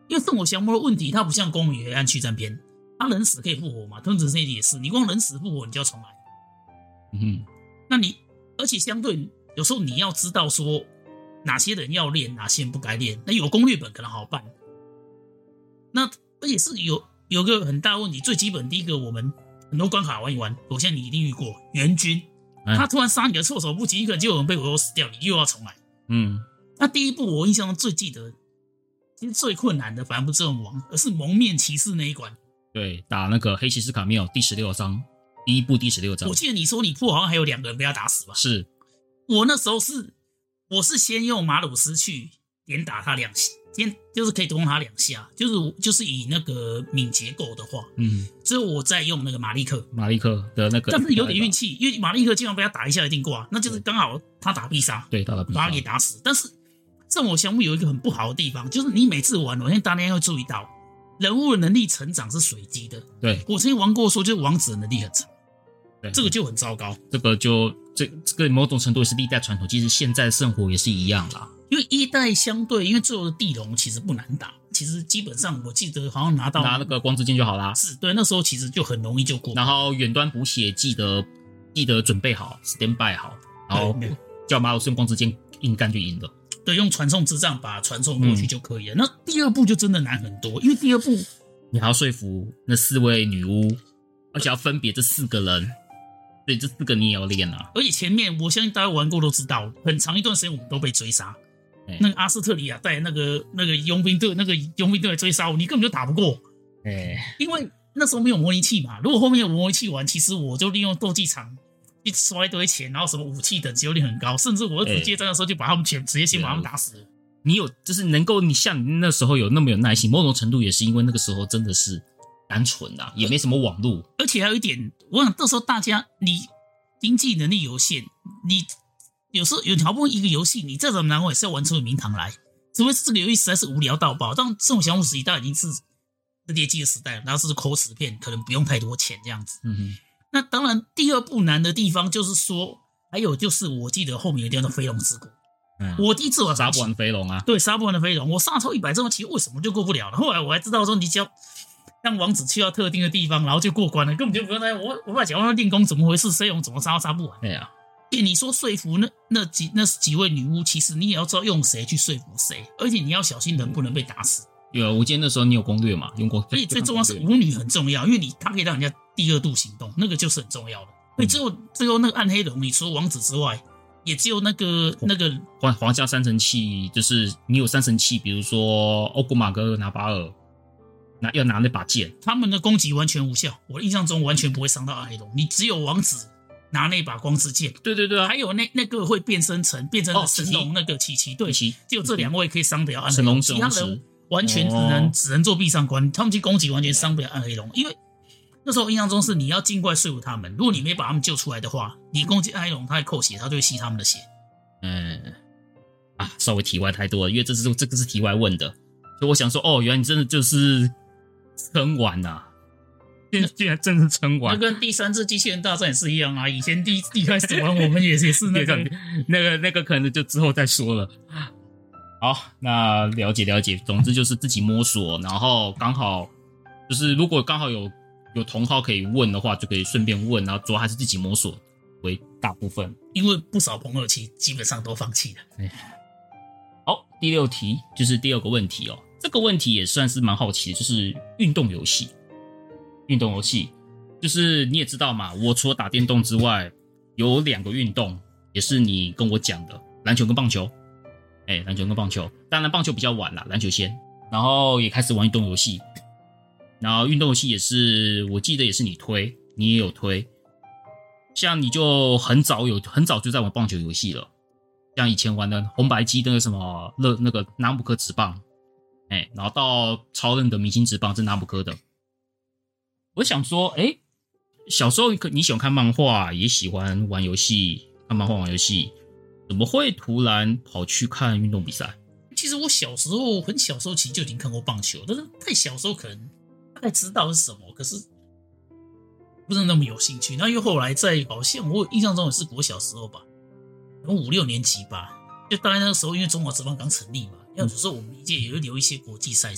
因为圣火降魔的问题，它不像公民黑暗续战篇，它人死可以复活嘛，吞食这也是，你光人死复活，你就要重来。 嗯哼， 那你而且相对有时候你要知道说哪些人要练，哪些人不该练，那有攻略本可能好办。那而且是有有个很大问题，最基本第一个，我们很多关卡玩一玩，我相信你一定遇过援军，他突然杀你的措手不及，一个人就有人被我死掉，你又要重来。 嗯， 那第一部我印象中最记得，其实最困难的反而不是这种王，而是蒙面骑士那一关。 对，打那个黑骑士卡缪第十六章，第一部第十六章。 我记得你说你破好像还有两个人被他打死吧？ 是， 我那时候是我是先用马鲁斯去点打他两下，先就是可以攻他两下，就是就是以那个敏捷够的话， 嗯， 之后我再用那个马利克， 马利克的那个， 但是有点运气，因为马利克经常被他打一下一定挂，那就是刚好他打必杀， 对，打了必杀， 把他给打死。但是圣火项目有一个很不好的地方，就是你每次玩，我相信大家会注意到，人物的能力成长是随机的。 对， 我曾经玩过说，就是王子的能力很长， 对， 这个就很糟糕。 这个就这这个某种程度也是历代传统，其实现在圣火也是一样啦。 因为一代相对，因为最后的地龙其实不难打，其实基本上我记得好像拿到拿那个光之剑就好啦。 是对，那时候其实就很容易就过。 然后远端补血记得记得准备好 ，stand by 好，然后叫马鲁斯用光之剑硬干就赢了。 对，用传送之杖把传送过去就可以了。嗯、那第二步就真的难很多，因为第二步你还要说服那四位女巫，而且要分别这四个人，所以这四个你也要练啊。 而且前面我相信大家玩过都知道，很长一段时间我们都被追杀。欸、那个阿斯特里亚带那个那个佣兵队，那个佣兵队来追杀我，你根本就打不过。 欸、 因为那时候没有模拟器嘛。如果后面有模拟器玩，其实我就利用斗技场去刷一堆钱，然后什么武器等级又练很高，甚至我直接战的时候就把他们全直接先把他们打死了。 你有就是能够你像你那时候有那么有耐心，某种程度也是因为那个时候真的是单纯啊，也没什么网络。 而且还有一点，我想那时候大家你经济能力有限，你有时候有好不容易一个游戏，你再怎么难玩也是要玩出名堂来。除非是这个游戏实在是无聊到爆，但这种降魔时代已经是猎奇的时代了，然后是抠十片，可能不用太多钱这样子。 嗯哼。 那当然，第二步难的地方就是说，还有就是我记得后面有一条叫飞龙之谷。嗯，我第一次我杀不完飞龙啊， 对，杀不完的飞龙，我杀超一百这么奇，为什么就过不了了？后来我还知道说，你只要让王子去到特定的地方，然后就过关了，根本就不用在我我把讲话练功怎么回事，飞龙怎么杀都杀不完。 对啊。 你说说服那那几那几位女巫，其实你也要知道用谁去说服谁，而且你要小心人不能被打死。 有，我记得那时候你有攻略嘛？用过。 而且最重要是舞女很重要，因为你她可以让人家第二度行动，那个就是很重要的。所以最后最后那个暗黑龙，你除了王子之外，也只有那个那个皇皇家三神器，就是你有三神器，比如说欧古马跟拿巴尔，拿要拿那把剑， 他们的攻击完全无效。我印象中完全不会伤到暗黑龙，你只有王子拿那把光之剑。 对对对啊， 还有那那个会变身成变成神龙那个奇奇，对，只有这两位可以伤得了暗黑龙，其他人完全只能、哦、只能做壁上观，他们去攻击完全伤不了暗黑龙，因为那时候印象中是你要尽快说服他们，如果你没把他们救出来的话，你攻击暗黑龙，他会扣血，他就会吸他们的血。 嗯，啊，稍微题外太多了，因为这是这个是题外问的，所以我想说，哦，原来你真的就是撑完呐、啊。竟然真是撑完， 那跟第三次机器人大战也是一样啊！以前第一开始玩，我们也也是那个那个那个，可能就之后再说了。好，那了解了解。总之就是自己摸索，然后刚好就是如果刚好有有同好可以问的话，就可以顺便问，然后主要还是自己摸索为大部分。 因为不少朋友其实基本上都放弃了。 好，第六题就是第二个问题哦。这个问题也算是蛮好奇的，就是运动游戏。运动游戏就是你也知道嘛，我除了打电动之外，有两个运动也是你跟我讲的，篮球跟棒球。哎、欸，篮球跟棒球，当然棒球比较晚啦，篮球先，然后也开始玩运动游戏。然后运动游戏也是，我记得也是你推，你也有推。像你就很早有很早就在玩棒球游戏了，像以前玩的红白机那个什么乐那个纳姆科职棒，哎、欸，然后到超人的明星职棒是纳姆科的。我想说，哎，小时候你喜欢看漫画，也喜欢玩游戏，看漫画玩游戏，怎么会突然跑去看运动比赛？ 其实我小时候很小时候其实就已经看过棒球，但是太小时候可能大概知道是什么，可是不是那么有兴趣。那又后来在好像我印象中也是国小时候吧，可能五六年级吧，就大概那个时候因为中华职棒刚成立嘛，要有时候我们一届也会留一些国际赛事。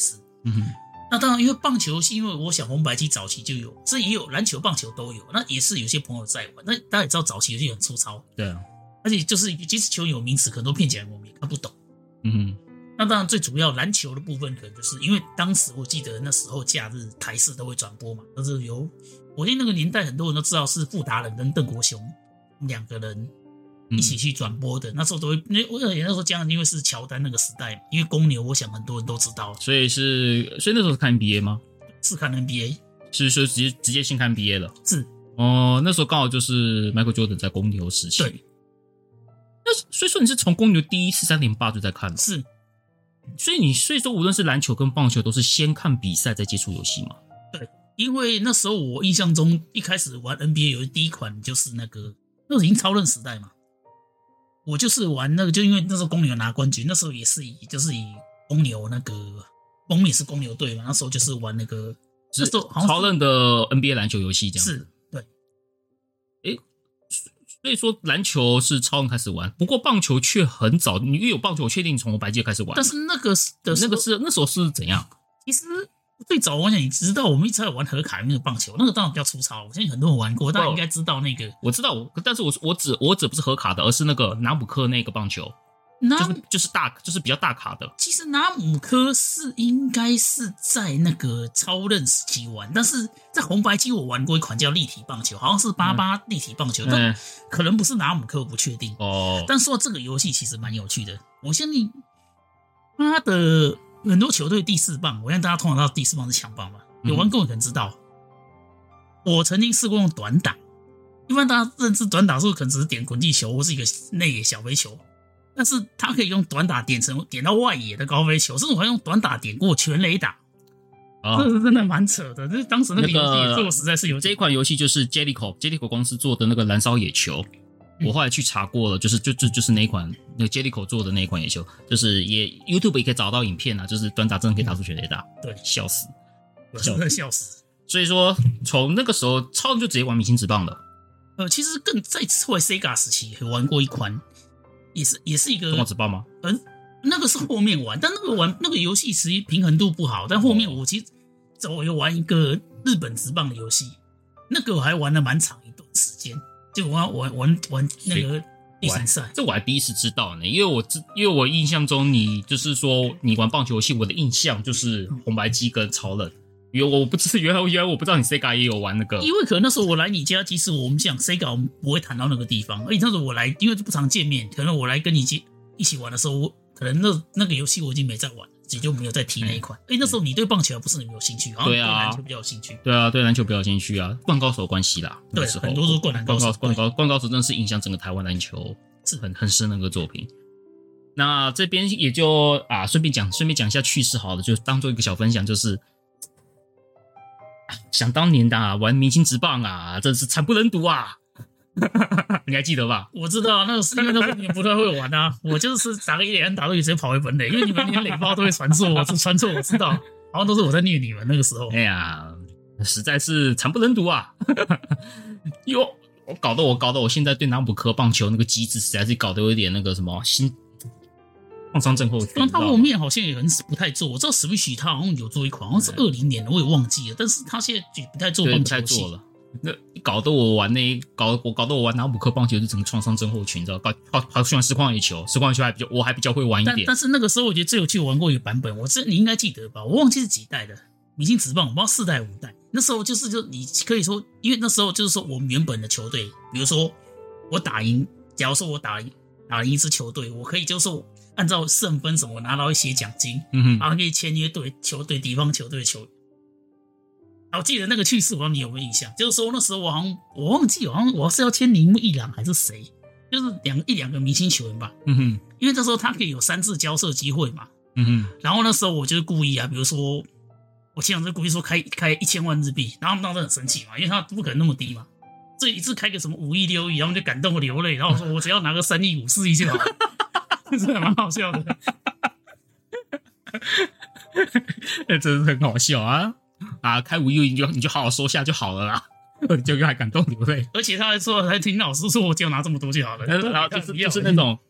嗯哼。 那当然，因为棒球是因为我想红白机早期就有，这也有篮球、棒球都有，那也是有些朋友在玩。那大家也知道早期游戏很粗糙， 对啊， 而且就是即使球有名词，可能都骗起来我们也看不懂。 嗯哼。 那当然最主要篮球的部分，可能就是因为当时我记得那时候假日台视都会转播嘛，都是由我记得那个年代很多人都知道是傅达仁跟邓国雄两个人一起去转播的，嗯、那时候都会，因为我那时候加上因为是乔丹那个时代，因为公牛，我想很多人都知道， 所以是，所以那时候是看 N B A 吗？ 是看 N B A， 是说直接直接先看 N B A 了？ 是哦，那时候刚好就是 Michael Jordan 在公牛时期， 对， 那所以说你是从公牛第一次三连霸就在看了， 是， 所以你所以说无论是篮球跟棒球都是先看比赛再接触游戏嘛？ 对，因为那时候我印象中一开始玩 N B A 游戏第一款就是那个，那时候已经超任时代嘛。我就是玩那个，就因为那时候公牛拿冠军，那时候也是以就是以公牛那个封面是公牛队嘛，那时候就是玩那个，那时候好像超任的 N B A 篮球游戏这样子。 是，对。 诶，所以说篮球是超任开始玩，不过棒球却很早，你越有棒球，我确定从白界开始玩。 但是那个的那个是那时候是怎样？ 其实最早我想你知道，我们一直在玩核卡那个棒球，那个当然比较粗糙，我相信很多人玩过，大家应该知道那个。 我知道，我但是我我指我指不是核卡的，而是那个拿姆克那个棒球，就是就是大就是比较大卡的。 其实拿姆科是应该是在那个超任时期玩，但是在红白机我玩过一款叫立体棒球，好像是八八立体棒球，嗯、但可能不是拿姆科，我不确定。 哦， 但说这个游戏其实蛮有趣的，我相信它的。很多球队第四棒，我让大家通常知道第四棒是强棒嘛，有玩过的可能知道。嗯、我曾经试过用短打，一般大家认知短打是可能只是点滚地球或是一个内野小飞球，但是它可以用短打点成点到外野的高飞球，甚至我还用短打点过全垒打。哦、这是真的蛮扯的，就是当时那个游戏做实在是有、 那个、这一款游戏就是 Jellico Jellico 公司做的那个燃烧野球。我后来去查过了，就是就就就是那一款那个 Jellico 做的那一款野球，就是也 YouTube 也可以找到影片啊，就是短打真的可以打出全垒打， 嗯、对， 笑死， 真的笑死。 所以说从那个时候，超人就直接玩明星职棒了。 呃，其实更在后来 Sega 时期有玩过一款，也是也是一个中华职棒吗？ 嗯、呃，那个是后面玩，但那个玩那个游戏其实平衡度不好，但后面我其实我有玩一个日本职棒的游戏，那个我还玩了蛮长一段时间。就玩玩玩玩那个第三赛， 这我还第一次知道呢，因为我因为我印象中你就是说你玩棒球游戏，我的印象就是红白机跟超人，因为我不知原来原来我不知道你 Sega 也有玩那个， 因为可能那时候我来你家，其实我们讲 Sega 我们不会谈到那个地方，而且那时候我来，因为不常见面，可能我来跟你一起玩的时候，我可能那那个游戏我已经没在玩了。也就没有再提那一款。哎、嗯，那时候你对棒球还不是很有兴趣，好像对篮球比较有兴趣。 对啊，对篮球比较有兴趣啊，灌高手的关系啦。 对，很多都是灌篮高手。 灌高灌高手真的是影响整个台湾篮球是很很深的一个作品。那这边也就啊，顺便讲顺便讲一下趣事好了，就当做一个小分享，就是想当年的、啊、玩明星职棒啊，真是惨不忍睹啊。你还记得吧？ 我知道，那个是因为那时候你们不太会玩啊。我就是打个一连打都直接跑回本垒，因为你们连垒包都会传错，我传错我知道，好像都是我在虐你们那个时候。 哎呀，实在是惨不忍睹啊！哟，我搞得我搞得我现在对南普科棒球那个机制实在是搞得有点那个什么心创伤症候群。 但他后面好像也很不太做，我知道 Switch 他好像有做一款，好像是二零年的，我也忘记了。但是他现在也不太做棒球游戏了。 那搞得我玩那搞我搞得我玩南普科棒球是整个创伤症候群，你知道？搞好好喜欢实况野球，实况野球还比较我还比较会玩一点。 但但是那个时候我觉得最有趣，我玩过一个版本，我这你应该记得吧？我忘记是几代的明星职棒，我不知道四代五代。那时候就是就你可以说，因为那时候就是说我们原本的球队，比如说我打赢，假如说我打赢打赢一支球队，我可以就是按照胜分什么拿到一些奖金，嗯哼，然后可以签约队球队敌方球队的球员。我记得那个趣事，我不知道你有没有印象？就是说那时候我好像我忘记，好像我是要签铃木一朗还是谁，就是两一两个明星球员吧。嗯哼，因为那时候他可以有三次交涉机会嘛。嗯哼，然后那时候我就是故意啊，比如说我签就故意说开开一千万日币，然后他们当时很生气嘛，因为他不可能那么低嘛，这一次开个什么五亿六亿，然后就感动我流泪，然后我说我只要拿个三亿五四亿就好了，真的蛮好笑的。 真是很好笑啊！啊，开五亿你就你就好好收下就好了啦，结果还感动流泪。 而且他还说还挺老实说，我只要拿这么多就好了。 然后就是就是那种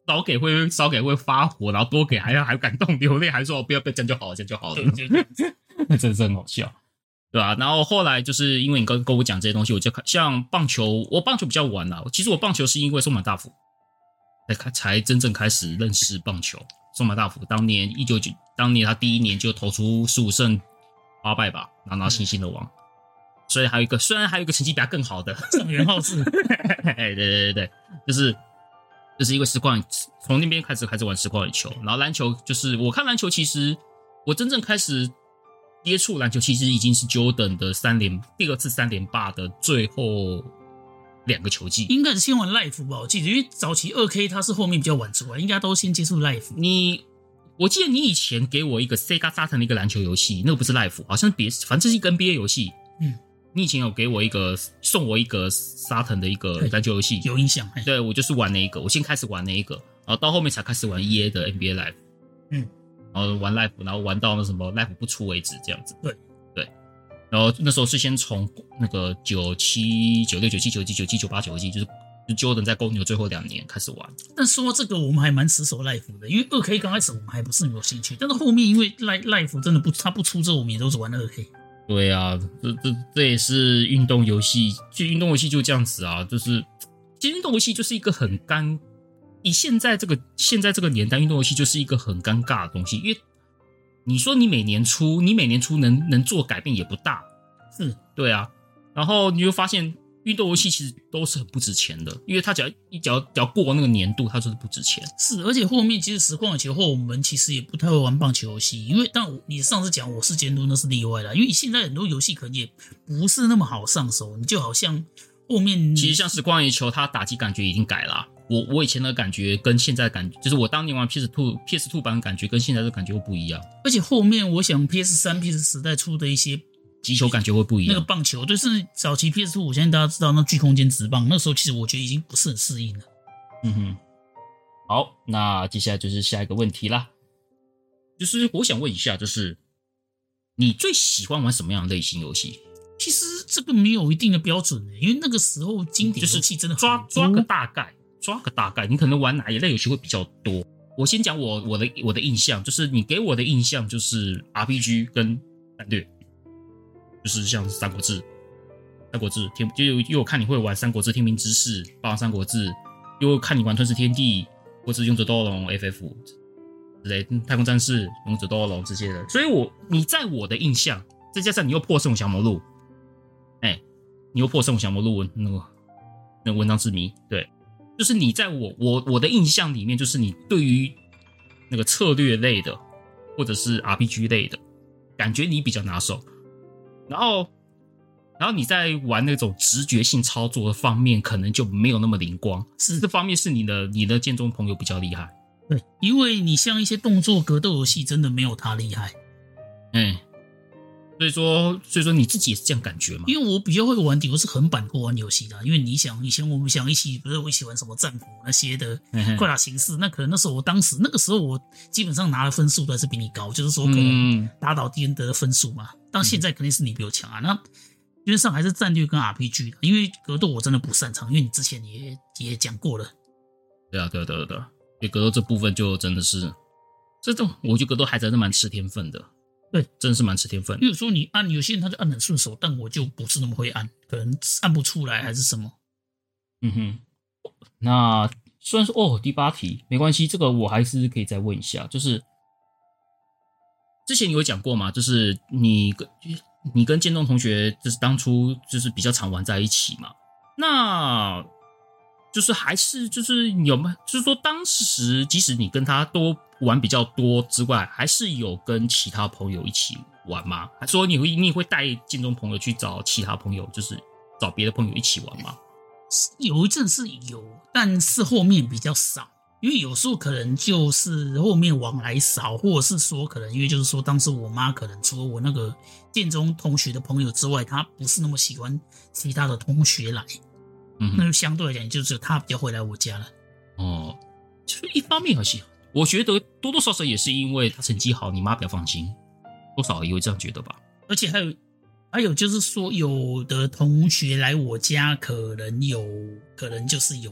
少给会少给会发火，然后多给还要还感动流泪，还说、哦、不要不要这样就好了，这样就好了，那真的是很好笑，对吧、啊？然后后来就是因为你跟跟我讲这些东西，我就看像棒球，我棒球比较晚啦。其实我棒球是因为松坂大辅才才真正开始认识棒球。松坂大辅当年一九九，当年他第一年就投出十五胜八败吧，然后拿星星的王。嗯所以还有一个，虽然还有一个成绩比他更好的上元浩是， 对对对对，就是就是因为实况，从那边开始开始玩实况垒球，然后篮球就是我看篮球，其实我真正开始接触篮球，其实已经是 Jordan 的三连第二次三连霸的最后两个球季， 应该是先玩 Life 吧，我记得，因为早期 二 K 它是后面比较晚出来，应该都先接触 Life。 你我记得你以前给我一个 Sega Saturn 的一个篮球游戏，那个不是 Life， 好像是别，反正是一个 N B A 游戏，嗯。你以前有给我一个送我一个 Saturn 的一个篮球游戏， 有印象。 对，我就是玩那一个，我先开始玩那一个，然后到后面才开始玩 E A 的 N B A Live， 嗯，然后玩 Live， 然后玩到那什么 Live 不出为止这样子。 对对，然后那时候是先从那个九七、九六、九七、九七、九七、九八、九七，就是就 Jordan 在公牛最后两年开始玩。 但说这个我们还蛮死守 Live 的，因为 二 K 刚开始我们还不是没有兴趣，但是后面因为 Live 真的不，它不出之后我们也都是玩 二 K。 对啊，这这这也是运动游戏，就运动游戏就这样子啊，就是其实运动游戏就是一个很尴，以现在这个现在这个年代，运动游戏就是一个很尴尬的东西，因为你说你每年出，你每年出能能做改变也不大， 是， 对啊，然后你会发现运动游戏其实都是很不值钱的，因为它只要一只要只要过那个年度，它就是不值钱。 是，而且后面其实实况球后，我们其实也不太会玩棒球游戏，因为但你上次讲我是监督那是例外啦，因为现在很多游戏可能也不是那么好上手，你就好像后面其实像实况野球，它打击感觉已经改了、啊。我我以前的感觉跟现在的感觉，就是我当年玩 P S 二 P S 二 版的感觉跟现在的感觉又不一样。 而且后面我想 P S 三 P S 时代出的一些击球感觉会不一样。 那个棒球就是早期 P S 二，我相信大家知道那巨空间直棒，那时候其实我觉得已经不是很适应了。 嗯哼，好，那接下来就是下一个问题啦，就是我想问一下，就是你最喜欢玩什么样的类型游戏？ 其实这个没有一定的标准、欸、因为那个时候经典游戏真的很抓抓个大概，抓个大概，你可能玩哪一类游戏会比较多？我先讲我我的我的印象，就是你给我的印象就是 R P G 跟战略，就是像三国志、三国志天，就又有看你会玩三国志天命之誓、霸王三国志，又看你玩吞噬天地或者勇者斗恶龙 F F 之类，太空战士、勇者斗恶龙这些的。所以我你在我的印象，再加上你又破圣降魔录，哎、欸，你又破圣降魔录那个那个文章之谜，对。就是你在我我我的印象里面，就是你对于那个策略类的或者是 R P G 类的感觉你比较拿手，然后然后你在玩那种直觉性操作的方面可能就没有那么灵光，是这方面是你的你的剑中朋友比较厉害。 对，因为你像一些动作格斗游戏真的没有他厉害。 嗯，所以说，所以说你自己也是这样感觉吗？ 因为我比较会玩，我是横版过玩游戏的。因为你想，以前我们想一起，不是我一起玩什么战斧那些的快打形式，那可能那时候我当时那个时候我基本上拿的分数都还是比你高，就是说可能打倒敌人得的分数嘛。但现在肯定是你比我强啊。那基本上还是战略跟 R P G 的，因为格斗我真的不擅长，因为你之前也也讲过了。 对啊，对啊，对啊，对啊。所以格斗这部分就真的是，这种我觉得格斗还真的蛮吃天分的。 对， 真的是蛮吃天分。 因为有时候你按，有些人他就按很顺手，但我就不是那么会按，可能按不出来还是什么。 嗯哼，那虽然说哦，第八题没关系，这个我还是可以再问一下，就是之前你有讲过嘛，就是你跟你跟建东同学就是当初就是比较常玩在一起嘛，那就是还是就是有没有就是说当时即使你跟他都玩比较多之外，还是有跟其他朋友一起玩吗？还说你会你会带建中朋友去找其他朋友，就是找别的朋友一起玩吗？ 有一阵是有，但是后面比较少，因为有时候可能就是后面往来少，或者是说可能因为就是说当时我妈可能除了我那个建中同学的朋友之外，她不是那么喜欢其他的同学来，嗯，那就相对来讲就只有她比较会来我家了。 哦，就是一方面好像我觉得多多少少也是因为他成绩好，你妈比较放心，多少也会这样觉得吧。 而且还有还有就是说，有的同学来我家，可能有可能就是有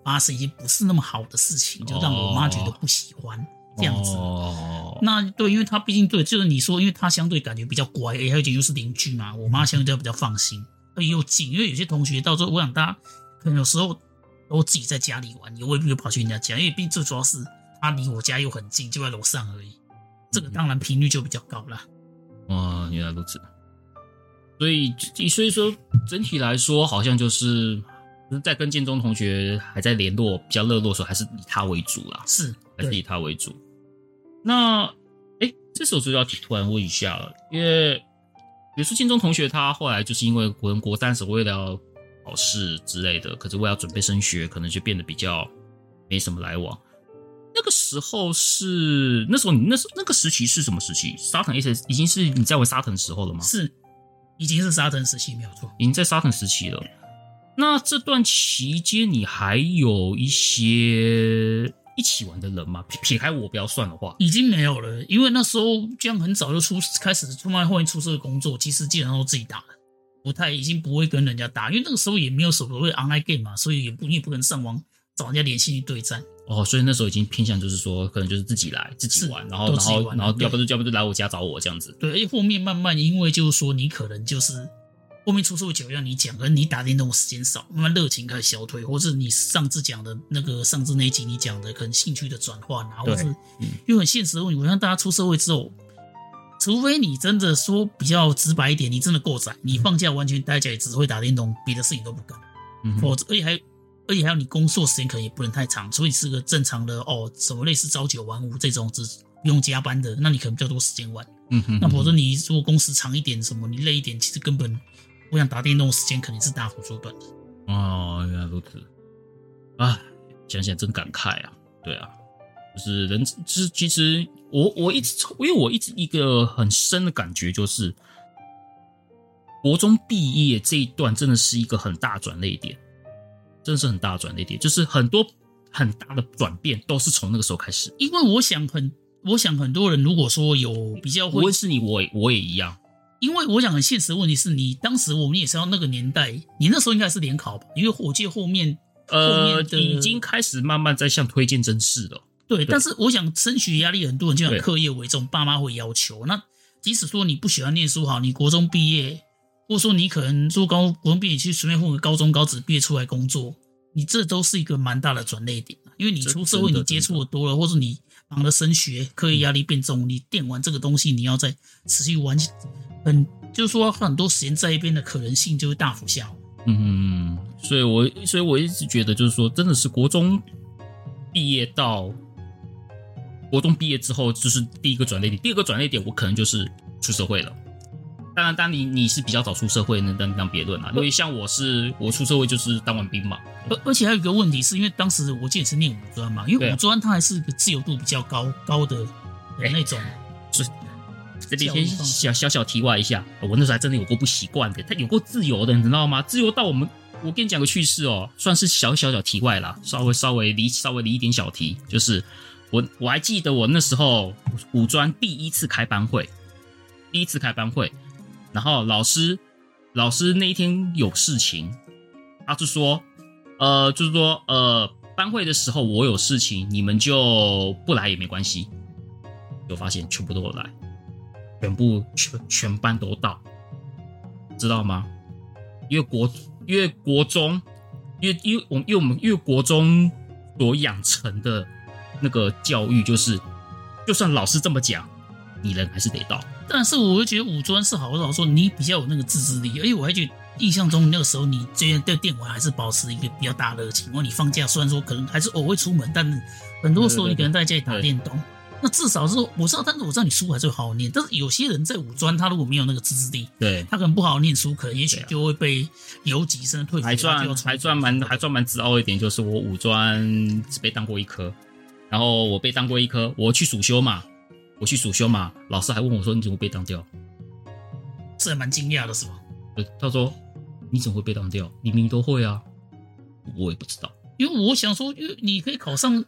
发生一些不是那么好的事情，就让我妈觉得不喜欢、哦、这样子。 哦， 那对，因为他毕竟对，就是你说，因为他相对感觉比较乖，还有一点又是邻居嘛，我妈相对比较放心，而且又近，因为有些同学到时候，我想大家可能有时候都自己在家里玩，也未必会跑去人家家，因为毕竟最主要是他离我家又很近，就在楼上而已，这个当然频率就比较高了。 哦，原来如此。所以，所以说整体来说，好像就是在跟建中同学还在联络、比较热络的时候，还是以他为主啦。 是， 还是以他为主。那，哎，这时候就要突然问一下了，因为比如说建中同学他后来就是因为国国三时为了考试之类的，可是为了准备升学，可能就变得比较没什么来往。那个时候是那时候你那时那个时期是什么时期？沙腾 S S 已经是你在玩沙腾的时候了吗？ 是。已经是沙腾时期，没有错， 已经在沙腾时期了。那这段期间，你还有一些一起玩的人吗？撇开我不要算的话， 已经没有了，因为那时候这样很早就出开始出卖后面出社会工作，其实基本上都自己打了，不太已经不会跟人家打，因为那个时候也没有所谓 online game 嘛，所以也不你也不可能上网找人家连线去对战。 哦，所以那时候已经偏向就是说，可能就是自己来自己玩，然后然后然后要不就要不就来我家找我这样子。 对，而且后面慢慢因为就是说你可能就是后面出社会久，像你讲，可能你打电动时间少，慢慢热情开始消退，或是你上次讲的那个上次那一集你讲的可能兴趣的转换啊，或是因为很现实的问题，我像大家出社会之后，除非你真的说比较直白一点，你真的够宅，你放假完全待在家里只会打电动，别的事情都不干， 嗯， 否则而且还。而且还有你工作时间可能也不能太长，所以是个正常的哦，什么类似朝九晚五这种只不用加班的，那你可能比较多时间玩。 嗯哼， 那否则你如果工时长一点，什么你累一点，其实根本我想打电动的时间肯定是大幅缩短的。 哦，原来如此啊！想想真感慨啊。对啊，就是人，就是其实我我一直因为我一直一个很深的感觉就是，国中毕业这一段真的是一个很大转捩点。真的是很大的转捩点，就是很多很大的转变都是从那个时候开始。 因为我想很，我想很多人如果说有比较会， 无论是你，我也我也一样。 因为我想很现实的问题是你当时我们也是要那个年代，你那时候应该是联考吧？因为我记得后面呃后面已经开始慢慢在向推荐甄试了。 对，但是我想升学压力很多人就想课业为重，爸妈会要求。那即使说你不喜欢念书好，你国中毕业。或者说你可能做高国中毕业去随便混个高中高职毕业出来工作，你这都是一个蛮大的转捩点，因为你出社会你接触的多了，或者你忙着升学，课业压力变重，你电玩这个东西你要再持续玩，很就是说很多时间在一边的可能性就会大幅下滑。 嗯，所以我所以我一直觉得就是说，真的是国中毕业到国中毕业之后，就是第一个转捩点，第二个转捩点我可能就是出社会了。当然，当你你是比较早出社会，那当当别论啦。因为像我是我出社会就是当完兵嘛， 而而且还有一个问题是因为当时我记得是念五专嘛，因为五专它还是一个自由度比较高高的那种。 是这里先小小小题外一下，我那时候还真的有够不习惯的，它有够自由的，你知道吗？自由到我们，我跟你讲个趣事哦，算是小小小题外啦，稍微稍微离稍微离一点小题，就是我我还记得我那时候五专第一次开班会，第一次开班会。然后老师，老师那一天有事情，他就说，呃，就是说，呃，班会的时候我有事情，你们就不来也没关系。就发现全部都有来，全部全全班都到，知道吗？因为国因为国中，因为因为我们因为我们因为国中所养成的那个教育就是，就算老师这么讲，你人还是得到。 但是我会觉得五专是好，好说你比较有那个自制力，而且我还觉得印象中那个时候你对电玩还是保持一个比较大的热情。然后你放假虽然说可能还是偶尔会出门，但是很多时候你可能在家里打电动。那至少是我知道，但是我知道你书还是会好好念。但是有些人在五专，他如果没有那个自制力， 对他可能不好好念书，可能也许就会被留级甚至退学。 还算还算蛮还算蛮自傲一点，就是我五专只被当过一科，然后我被当过一科，我去暑修嘛。我去暑修嘛，老师还问我说：“你怎么被当掉？” 这还蛮惊讶的，是吧？ 对，他说：“你怎么会被当掉？你明明都会啊。”我也不知道， 因为我想说，因为你可以考上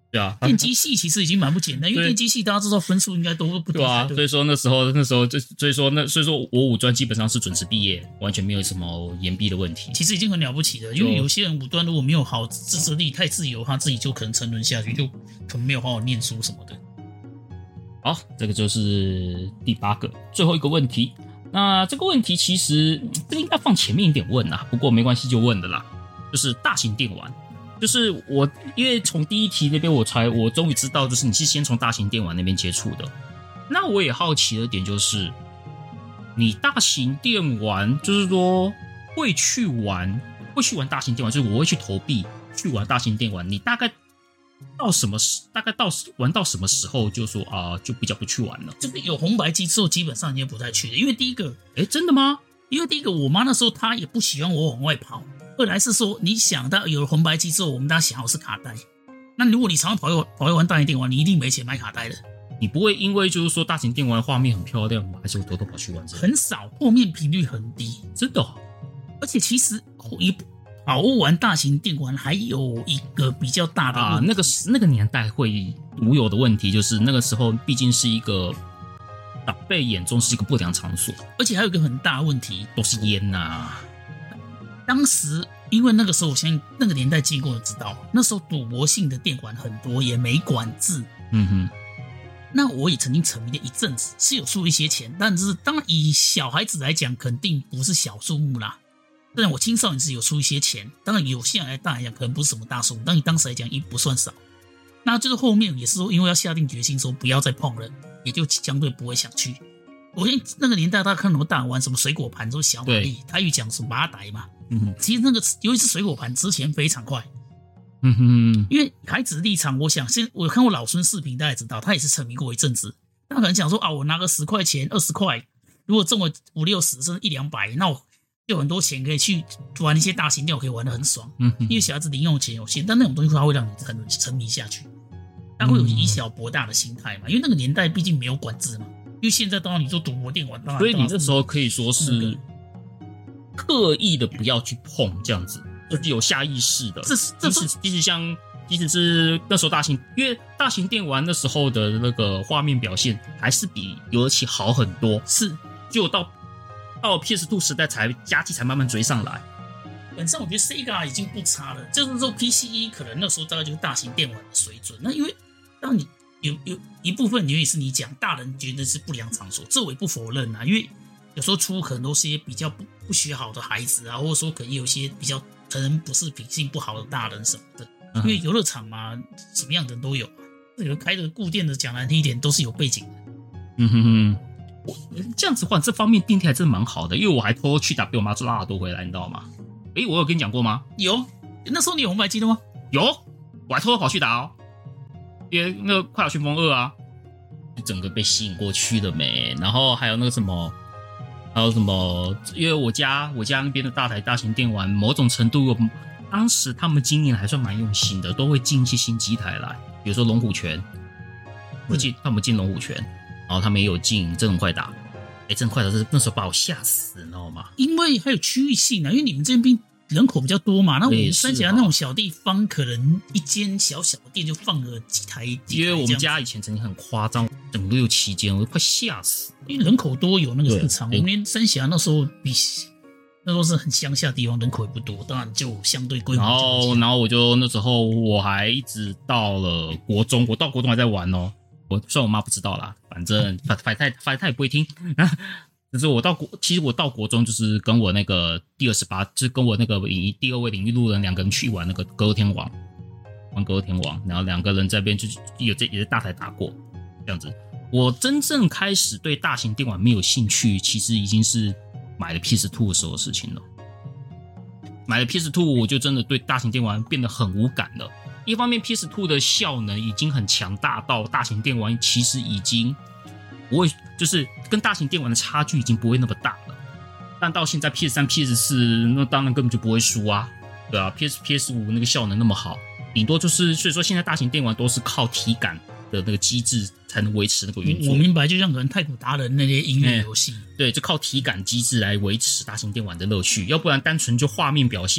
对啊， 电机系其实已经蛮不简单，因为电机系大家知道分数应该都不低。 对啊，所以说那时候那时候就所以说那所以说我五专基本上是准时毕业，完全没有什么延毕的问题。 其实已经很了不起了，因为有些人五专如果没有好自制力，太自由，他自己就可能沉沦下去，就可能没有好好念书什么的。 好，这个就是第八个最后一个问题。那这个问题其实这个应该放前面一点问啦，不过没关系就问的啦，就是大型电玩。就是我，因为从第一题那边我才我终于知道，就是你是先从大型电玩那边接触的。那我也好奇的点就是，你大型电玩就是说会去玩，会去玩大型电玩，就是我会去投币去玩大型电玩。你大概到什么时？大概到玩到什么时候就说啊、呃，就比较不去玩了？ 这个有红白机之后，基本上你也不太去的，因为第一个， 哎，真的吗？ 因为第一个，我妈那时候她也不喜欢我往外跑。二来是说，你想到有了红白机之后，我们大家想好是卡带。那如果你常常跑去跑去玩大型电玩，你一定没钱买卡带的。 你不会因为就是说大型电玩画面很漂亮，还是会偷偷跑去玩？ 很少，后面频率很低， 真的、哦。 而且其实一跑玩大型电玩还有一个比较大的问题啊，那个那个年代会独有的问题，就是那个时候毕竟是一个长辈眼中是一个不良场所， 而且还有一个很大的问题， 都是烟呐、啊。 当时因为那个时候，我相信那个年代经过的知道，那时候赌博性的电玩很多，也没管制。 嗯哼。 那我也曾经沉迷了一阵子，是有输一些钱，但是当然以小孩子来讲，肯定不是小数目啦。当然我青少年是有输一些钱，当然有现在大来讲可能不是什么大数目，但以当时来讲也不算少。那就是后面也是说，因为要下定决心说不要再碰了，也就相对不会想去。我相信那个年代大家看什么大人玩什么水果盘，都小玛丽，台语讲什么马仔嘛。 嗯， 其实那个尤其是水果盘之前非常快。 嗯哼， 因为孩子的立场，我想现我看我老孙视频，大家也知道，他也是沉迷过一阵子。他可能讲说啊，我拿个十块钱、二十块，如果中了五六十甚至一两百，那我就有很多钱可以去玩一些大型电玩，可以玩得很爽。 嗯， 因为小孩子零用钱有限，但那种东西它会让你沉沉迷下去，他会有以小博大的心态嘛。因为那个年代毕竟没有管制嘛。因为现在当然你做赌博电玩，当然所以你那时候可以说是刻意的不要去碰这样子。就是有下意识的， 这即使即使像即使是那时候大型，因为大型电玩那时候的那个画面表现还是比游乐器好很多， 是， 就到到 P S 二 时代才家机才慢慢追上来。 本身我觉得 Sega 已经不差了，就是说 P C 一可能那时候大概就是大型电玩的水准。那因为当你有有一部分也是你讲大人觉得是不良场所，这我也不否认啊，因为有时候出可能都是一些比较不不学好的孩子啊，或者说可能有些比较可能不是品性不好的大人什么的，因为游乐场嘛，什么样的人都有，有人开的固店的，讲难听一点都是有背景的。 嗯哼哼，我这样子的话，这方面定题还真的蛮好的，因为我还偷偷去打被我妈拉耳朵回来，你知道吗？诶，我有跟你讲过吗？ 有，那时候你有红白机的吗？ 有，我还偷偷跑去打哦，因为那个快打旋风二啊，就整个被吸引过去了没？然后还有那个什么。还有什么？因为我家我家那边的大台大型电玩，某种程度，当时他们今年还算蛮用心的，都会进一些新机台来，比如说龙虎拳，我进、嗯、他们进龙虎拳，然后他们也有进真人快打。哎，真人快打是那时候把我吓死，你知道吗？ 因为还有区域性啊，因为你们这边人口比较多嘛，那我们三峡那种小地方，可能一间小小的店就放个几台。 因为我们家以前曾经很夸张，整个六七间，我快吓死。 因为人口多有那个市场，我们连三峡那时候比那时候是很乡下地方，人口也不多，当然就相对规模。 然后，然后我就那时候我还一直到了国中，我到国中还在玩哦。我虽然我妈不知道啦，反正反反正反正她也不会听。就是我到国，其实我到国中就是跟我那个第二十八，就是跟我那个第二位领域路人两个人去玩那个格斗天王，玩格斗天王，然后两个人在那边就有在也在大台打过这样子。我真正开始对大型电玩没有兴趣，其实已经是买了 P S 二 的时候的事情了。买了 P S 二，我就真的对大型电玩变得很无感了。一方面 P S 二 的效能已经很强大到大型电玩其实已经不会，就是跟大型电玩的差距已经不会那么大了。但到现在 P S 三、P S 四，那当然根本就不会输啊，对啊 ，P S、P S 五 那个效能那么好，顶多就是所以说现在大型电玩都是靠体感的那个机制才能维持那个运作。 我明白，就像可能太古达人那些音乐游戏、 欸，对，就靠体感机制来维持大型电玩的乐趣，要不然单纯就画面表现，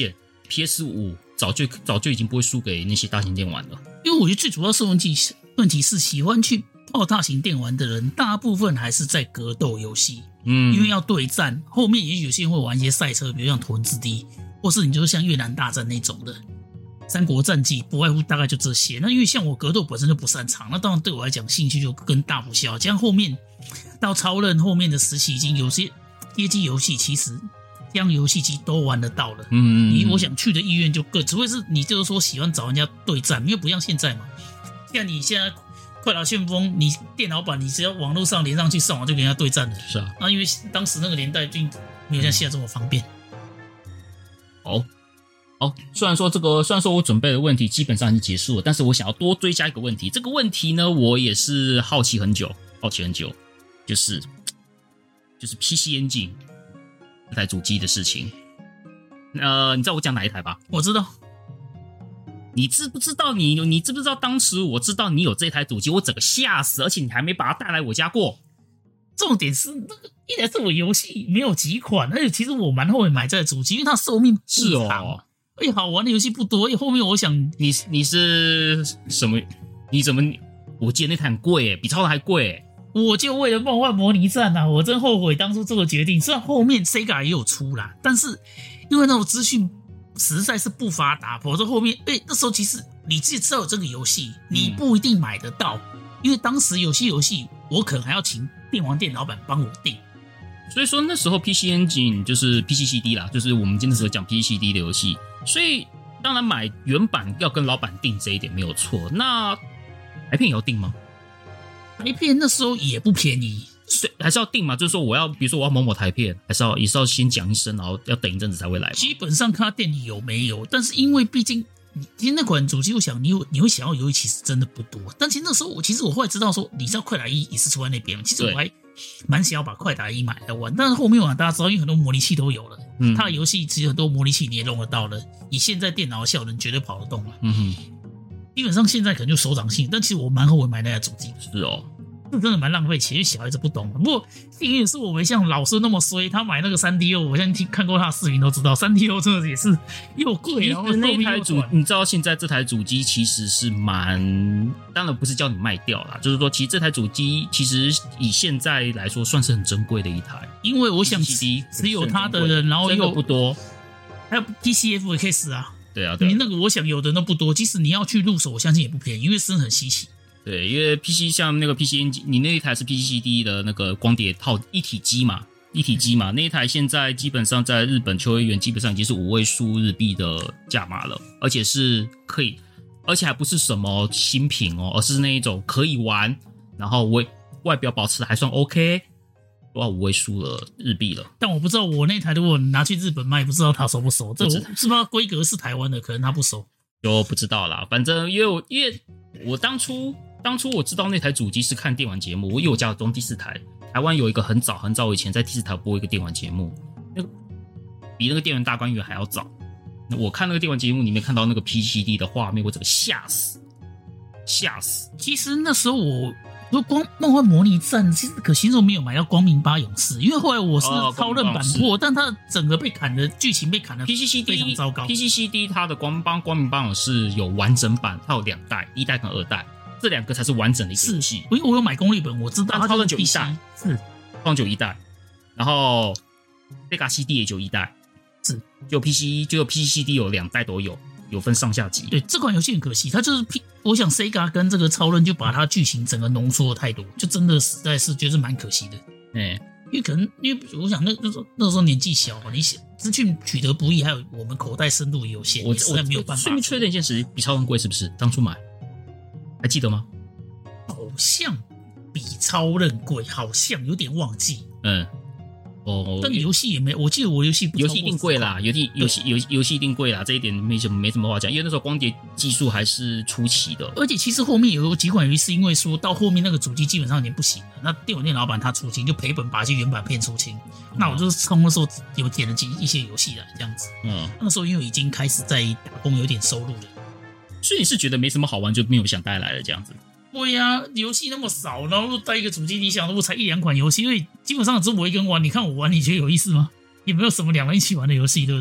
P S 五 早就早就已经不会输给那些大型电玩了。 因为我觉得最主要是问题问题是喜欢去泡大型电玩的人，大部分还是在格斗游戏， 嗯， 因为要对战，后面也许有些人会玩一些赛车，比如像《头文字 D》，或是你就是像越南大战那种的。三国战记不外乎大概就这些。那因为像我格斗本身就不擅长，那当然对我来讲兴趣就跟大不小。这样后面到超任后面的时期，已经有些街机游戏其实这样游戏机都玩得到了。 嗯， 你我想去的意愿就更，除非是你就是说喜欢找人家对战，因为不像现在嘛。像你现在快打旋风，你电脑版你只要网络上连上去上网就跟人家对战了。 是啊， 那因为当时那个年代就没有像现在这么方便。 好。好，虽然说这个，虽然说我准备的问题基本上已经结束了，但是我想要多追加一个问题。这个问题呢，我也是好奇很久，好奇很久，就是就是 P C Engine 这台主机的事情。呃，你知道我讲哪一台吧？ 我知道。 你知不知道你你知不知道当时我知道你有这台主机，我整个吓死，而且你还没把它带来我家过。 重点是那个一来是我游戏没有几款，而且其实我蛮后悔买这台主机，因为它寿命不长。 是哦。 而且好玩的游戏不多，而且后面我想你你是什么？你怎么？我记得那台很贵耶，比超人还贵耶。 我就为了梦幻模拟战啊，我真后悔当初这个决定。虽然后面 Sega 也有出啦，但是因为那种资讯实在是不发达，否则后面哎、欸、那时候其实你自己知道有这个游戏，你不一定买得到，嗯、因为当时有些游戏我可能还要请电玩店老板帮我订。 所以说那时候 P C Engine 就是 P C C D 啦，就是我们今天时候讲 P C C D 的游戏，所以当然买原版要跟老板订这一点没有错。那台片也要订吗？ 台片那时候也不便宜， 还是要订嘛？就是说我要，比如说我要某某台片，还是要也是要先讲一声，然后要等一阵子才会来。 基本上看他店里有没有，但是因为毕竟其实那款主机，我想你有你会想要游戏其实真的不多。但其实那时候我其实我后来知道说，你知道快打一也是出在那边，其实我还蛮想要把快打一买来玩，但是后面玩大家知道，因为很多模拟器都有了，嗯，它的游戏其实很多模拟器你也用得到了，以现在电脑的效能绝对跑得动了。 嗯哼， 基本上现在可能就手掌性，但其实我蛮后悔买那台主机。 是哦。 这真的蛮浪费钱，因为小孩子不懂。不过幸运是我没像老孙那么衰，他买那个 三 D O， 我相信看过他的视频都知道 ，三 D O 真的也是又贵，然后那台主，你知道现在这台主机其实是蛮，当然不是叫你卖掉啦，就是说其实这台主机其实以现在来说算是很珍贵的一台， 因为我想只有他的人，然后又不多， 还有 P C F 也可以死啊。 对啊，对啊， 你那个我想有的人都不多，即使你要去入手，我相信也不便宜，因为真的很稀奇。 对，因为 P C 像那个 P C Engine， 你那一台是 P C C D 的那个光碟套一体机嘛，一体机嘛，那一台现在基本上在日本秋叶原基本上已经是五位数日币的价码了，而且是可以，而且还不是什么新品哦，而是那一种可以玩，然后外外表保持的还算 OK， 哇，五位数了日币了。 但我不知道我那台如果拿去日本卖，不知道他收不收，这我是不知道规格是台湾的，可能他不收， 就不知道啦。反正因为我因为我当初。当初我知道那台主机是看电玩节目，因为我家有装第四台，台湾有一个很早很早以前在第四台播一个电玩节目，那个比那个电玩大观园还要早。我看那个电玩节目里面看到那个 P C C D 的画面，我整个吓死，吓死。 其实那时候我说光梦幻模拟战，其实可惜我没有买到光明八勇士，因为后来我是超任版破，哦、但它整个被砍的剧情被砍的 P C C D 非常糟糕。 P C C D 它的光帮光明八勇士有完整版，它有两代，一代跟二代。这两个才是完整的一个游戏， 因为我有买攻略本，我知道。 超任九一代是， 超任九一代，然后 Sega C D 也九一代， 是， 就 P C 就 P C C D 有两代都有，有分上下集。 对，这款游戏很可惜，它就是 P， 我想 Sega 跟这个超任就把它剧情整个浓缩的太多，就真的实在是觉得蛮可惜的。 哎、欸， 因为可能因为我想那那时候那时候年纪小嘛，你想资讯取得不易，还有我们口袋深度也有限，我实在没有办法。 顺便确认一件事，比超任贵是不是？当初买还记得吗？ 好像比超任贵，好像有点忘记。 嗯，哦， 但游戏也没，我记得我游戏不游戏一定贵啦，游戏游戏游游戏一定贵啦，这一点没什么没什么话讲，因为那时候光碟技术还是初期的。 而且其实后面有几款游戏是因为说到后面那个主机基本上已经不行了，那电玩店老板他出清就赔本把一些原版片出清，嗯、那我就是从那时候有点了几一些游戏来这样子。嗯，那时候因为已经开始在打工有点收入了。 所以你是觉得没什么好玩就没有想带来了这样子？ 对呀、啊，游戏那么少，然后带一个主机，你想如果才一两款游戏，因为基本上只有我一个人玩，你看我玩，你觉得有意思吗？也没有什么两人一起玩的游戏，对不对？ 所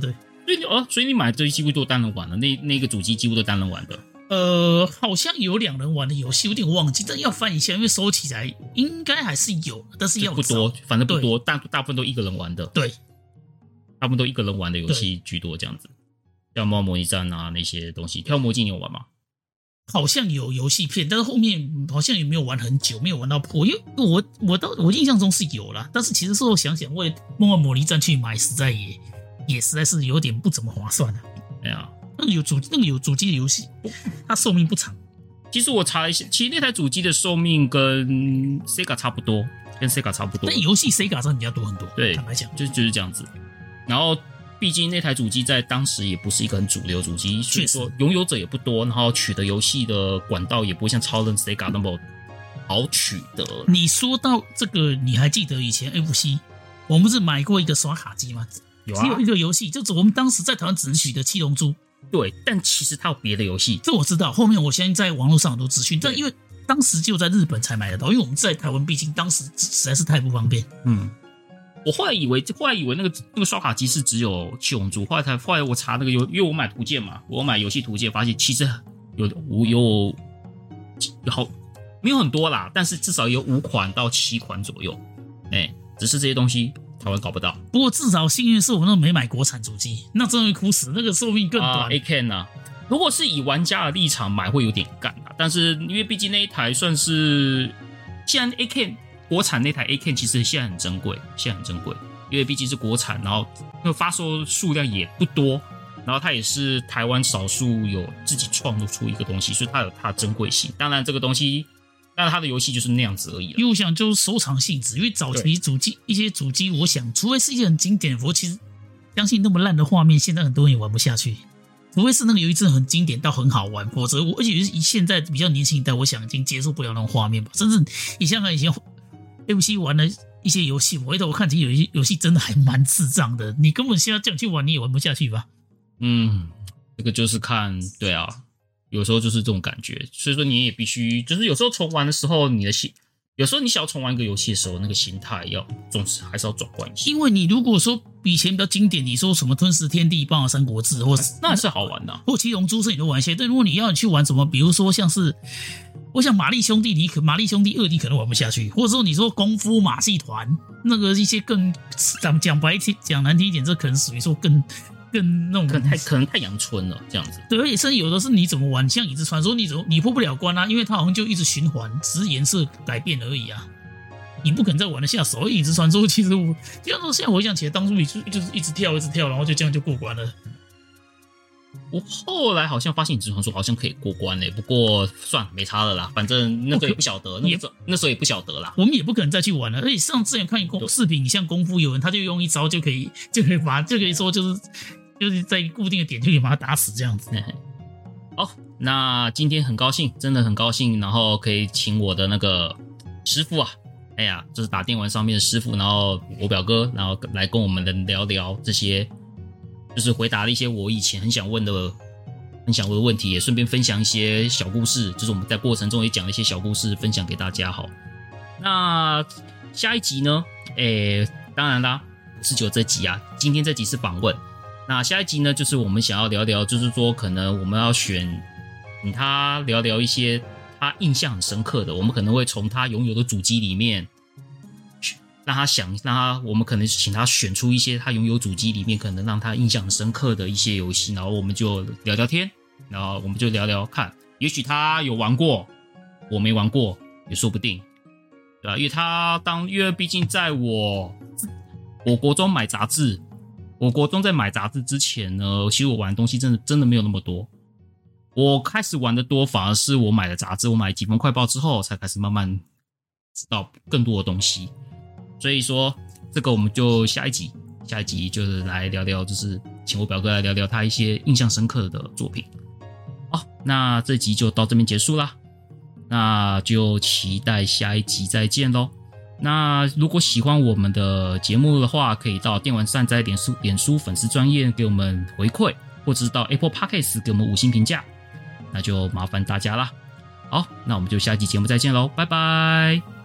所以你哦，所以你买这几乎都单人玩了，那那个主机几乎都单人玩的。 呃，好像有两人玩的游戏，有点忘记，但要翻一下，因为收起来应该还是有，但是要不多，反正不多，大大部分都一个人玩的。 对， 大部分都一个人玩的游戏居多，这样子。像猫模拟战啊那些东西，跳魔镜你有玩吗？ 好像有游戏片，但是后面好像也没有玩很久，没有玩到破。因为我我到我印象中是有啦，但是其实事后想想，为梦幻模拟战去买，实在也也实在是有点不怎么划算啊。 对啊， 那个有主那个有主机的游戏，它寿命不长。 其实我查一下，其实那台主机的寿命跟 Sega 差不多，跟 Sega 差不多。 但游戏 Sega 真的比较多很多。 对， 坦白讲， 就就是这样子。然后。毕竟那台主机在当时也不是一个很主流主机，所以说拥有者也不多，然后取得游戏的管道也不会像超人 Sega 那么好取得。 你说到这个，你还记得以前 F C 我们不是买过一个刷卡机吗？ 有啊， 只有一个游戏，就是我们当时在台湾只能取得七龙珠。 对，但其实它有别的游戏， 这我知道。后面我相信在网络上很多资讯，但因为当时只有在日本才买得到，因为我们在台湾毕竟当时实在是太不方便。 嗯。我后来以为，后来以为那个那个刷卡机是只有七龙珠，后来才后来我查那个游，因为我买图鉴嘛，我买游戏图鉴，发现其实有有有有好没有很多啦，但是至少有五款到七款左右，哎、欸，只是这些东西台湾搞不到。 不过至少幸运是我那没买国产主机，那真的会哭死，那个寿命更短。 啊 ，A K N 啊，如果是以玩家的立场买会有点干啊，但是因为毕竟那一台算是，既然 A K N。国产那台 A K 其实现在很珍贵，现在很珍贵，因为毕竟是国产，然后那个发售数量也不多，然后它也是台湾少数有自己创作出一个东西，所以它有它的珍贵性。当然，这个东西，当然它的游戏就是那样子而已。 因为我想就是收藏性质，因为早期主机一些主机，我想除非是一些很经典，我其实相信那么烂的画面，现在很多人也玩不下去。除非是那个游戏真的很经典到很好玩，否则我而且以现在比较年轻一代，我想已经接受不了那种画面吧，甚至你像以前。F C 玩了一些游戏，我回头我看起有些游戏真的还蛮智障的，你根本现在这样去玩你也玩不下去吧？ 嗯，这个就是看，对啊，有时候就是这种感觉，所以说你也必须，就是有时候重玩的时候，你的心，有时候你想要重玩一个游戏的时候，那个心态要总是还是要转换一下。 因为你如果说以前比较经典，你说什么吞食天地、霸王三国志，或那还是好玩的、啊， 或七龙珠是你都玩一些，但如果你要去玩什么，比如说像是。我想玛丽兄弟，你可玛丽兄弟二你可能玩不下去，或者说你说功夫马戏团那个一些更讲讲白讲难听一点，这可能属于说更更那种可能太可能太阳春了这样子。 对，而且甚至有的是你怎么玩，像影子传说，你怎么你破不了关啊，因为它好像就一直循环，只是颜色改变而已啊，你不可能再玩得下手。影子传说其实我，就像说现在回想起来，当初你就就是一直跳一直跳，然后就这样就过关了。 我后来好像发现影子传说好像可以过关嘞、欸，不过算了，没差了啦，反正那时候也不晓得，那个那时候也不晓得啦。 我们也不可能再去玩了。而且上之前看功视频，像功夫有人，他就用一招就可以就可以把就可以说就是就是在固定的点就可以把他打死这样子。 好，那今天很高兴，真的很高兴，然后可以请我的那个师傅啊，哎呀，就是打电玩上面的师傅，然后我表哥，然后来跟我们的聊聊这些。就是回答了一些我以前很想问的、很想问的问题，也顺便分享一些小故事。就是我们在过程中也讲了一些小故事，分享给大家。好，那下一集呢？诶，当然啦，不是只有这集啊。今天这集是访问，那下一集呢，就是我们想要聊聊，就是说可能我们要选，请他聊聊一些他印象很深刻的，我们可能会从他拥有的主机里面。让他想，让他，我们可能请他选出一些他拥有主机里面可能让他印象很深刻的一些游戏，然后我们就聊聊天，然后我们就聊聊看，也许他有玩过，我没玩过，也说不定，对吧？因为他当，因为毕竟在我我国中买杂志，我国中在买杂志之前呢，其实我玩的东西真的真的没有那么多。我开始玩的多，反而是我买了杂志，我买《疾风快报》之后，才开始慢慢知道更多的东西。所以说，这个我们就下一集，下一集就是来聊聊，就是请我表哥来聊聊他一些印象深刻的作品。好，那这集就到这边结束啦，那就期待下一集再见咯。那如果喜欢我们的节目的话，可以到电玩善哉脸书脸书粉丝专页给我们回馈，或者是到 Apple Podcast 给我们五星评价，那就麻烦大家啦。好，那我们就下一集节目再见咯，拜拜。